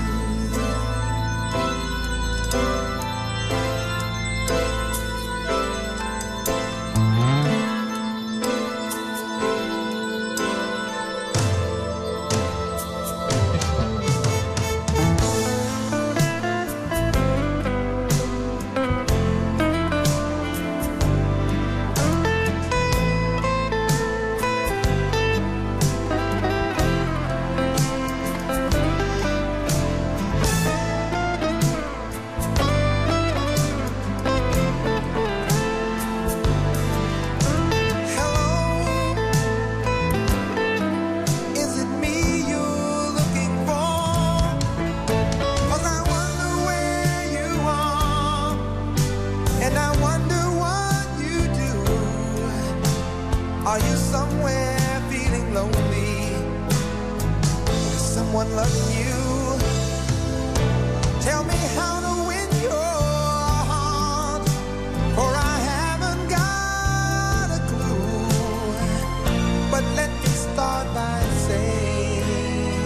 Are you somewhere feeling lonely? Is someone loving you? Tell me how to win your heart, for I haven't got a clue. But let me start by saying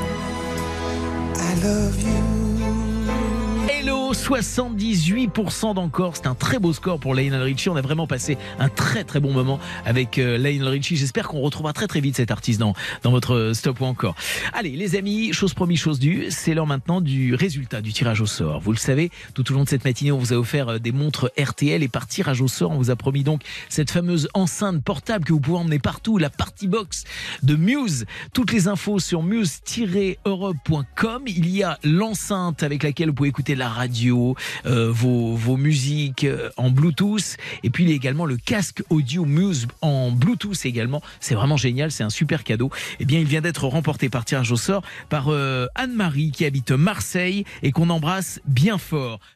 I love you. Hello, soixante-dix-huit pour cent d'encore, c'est un très beau score pour Lionel Richie. On a vraiment passé un très très bon moment avec euh, Lionel Richie. J'espère qu'on retrouvera très très vite cet artiste dans, dans votre Stop ou Encore. Allez les amis, chose promise, chose due, c'est l'heure maintenant du résultat du tirage au sort. Vous le savez, tout au long de cette matinée, on vous a offert des montres R T L et par tirage au sort, on vous a promis donc cette fameuse enceinte portable que vous pouvez emmener partout, la Party Box de Muse. Toutes les infos sur muse tiret europe point com. Il y a l'enceinte avec laquelle vous pouvez écouter la radio, euh, vos, vos musiques euh, en Bluetooth, et puis il y a également le casque audio Muse en Bluetooth également. C'est vraiment génial, c'est un super cadeau. Eh bien, il vient d'être remporté par tirage au sort par euh, Anne-Marie qui habite Marseille et qu'on embrasse bien fort.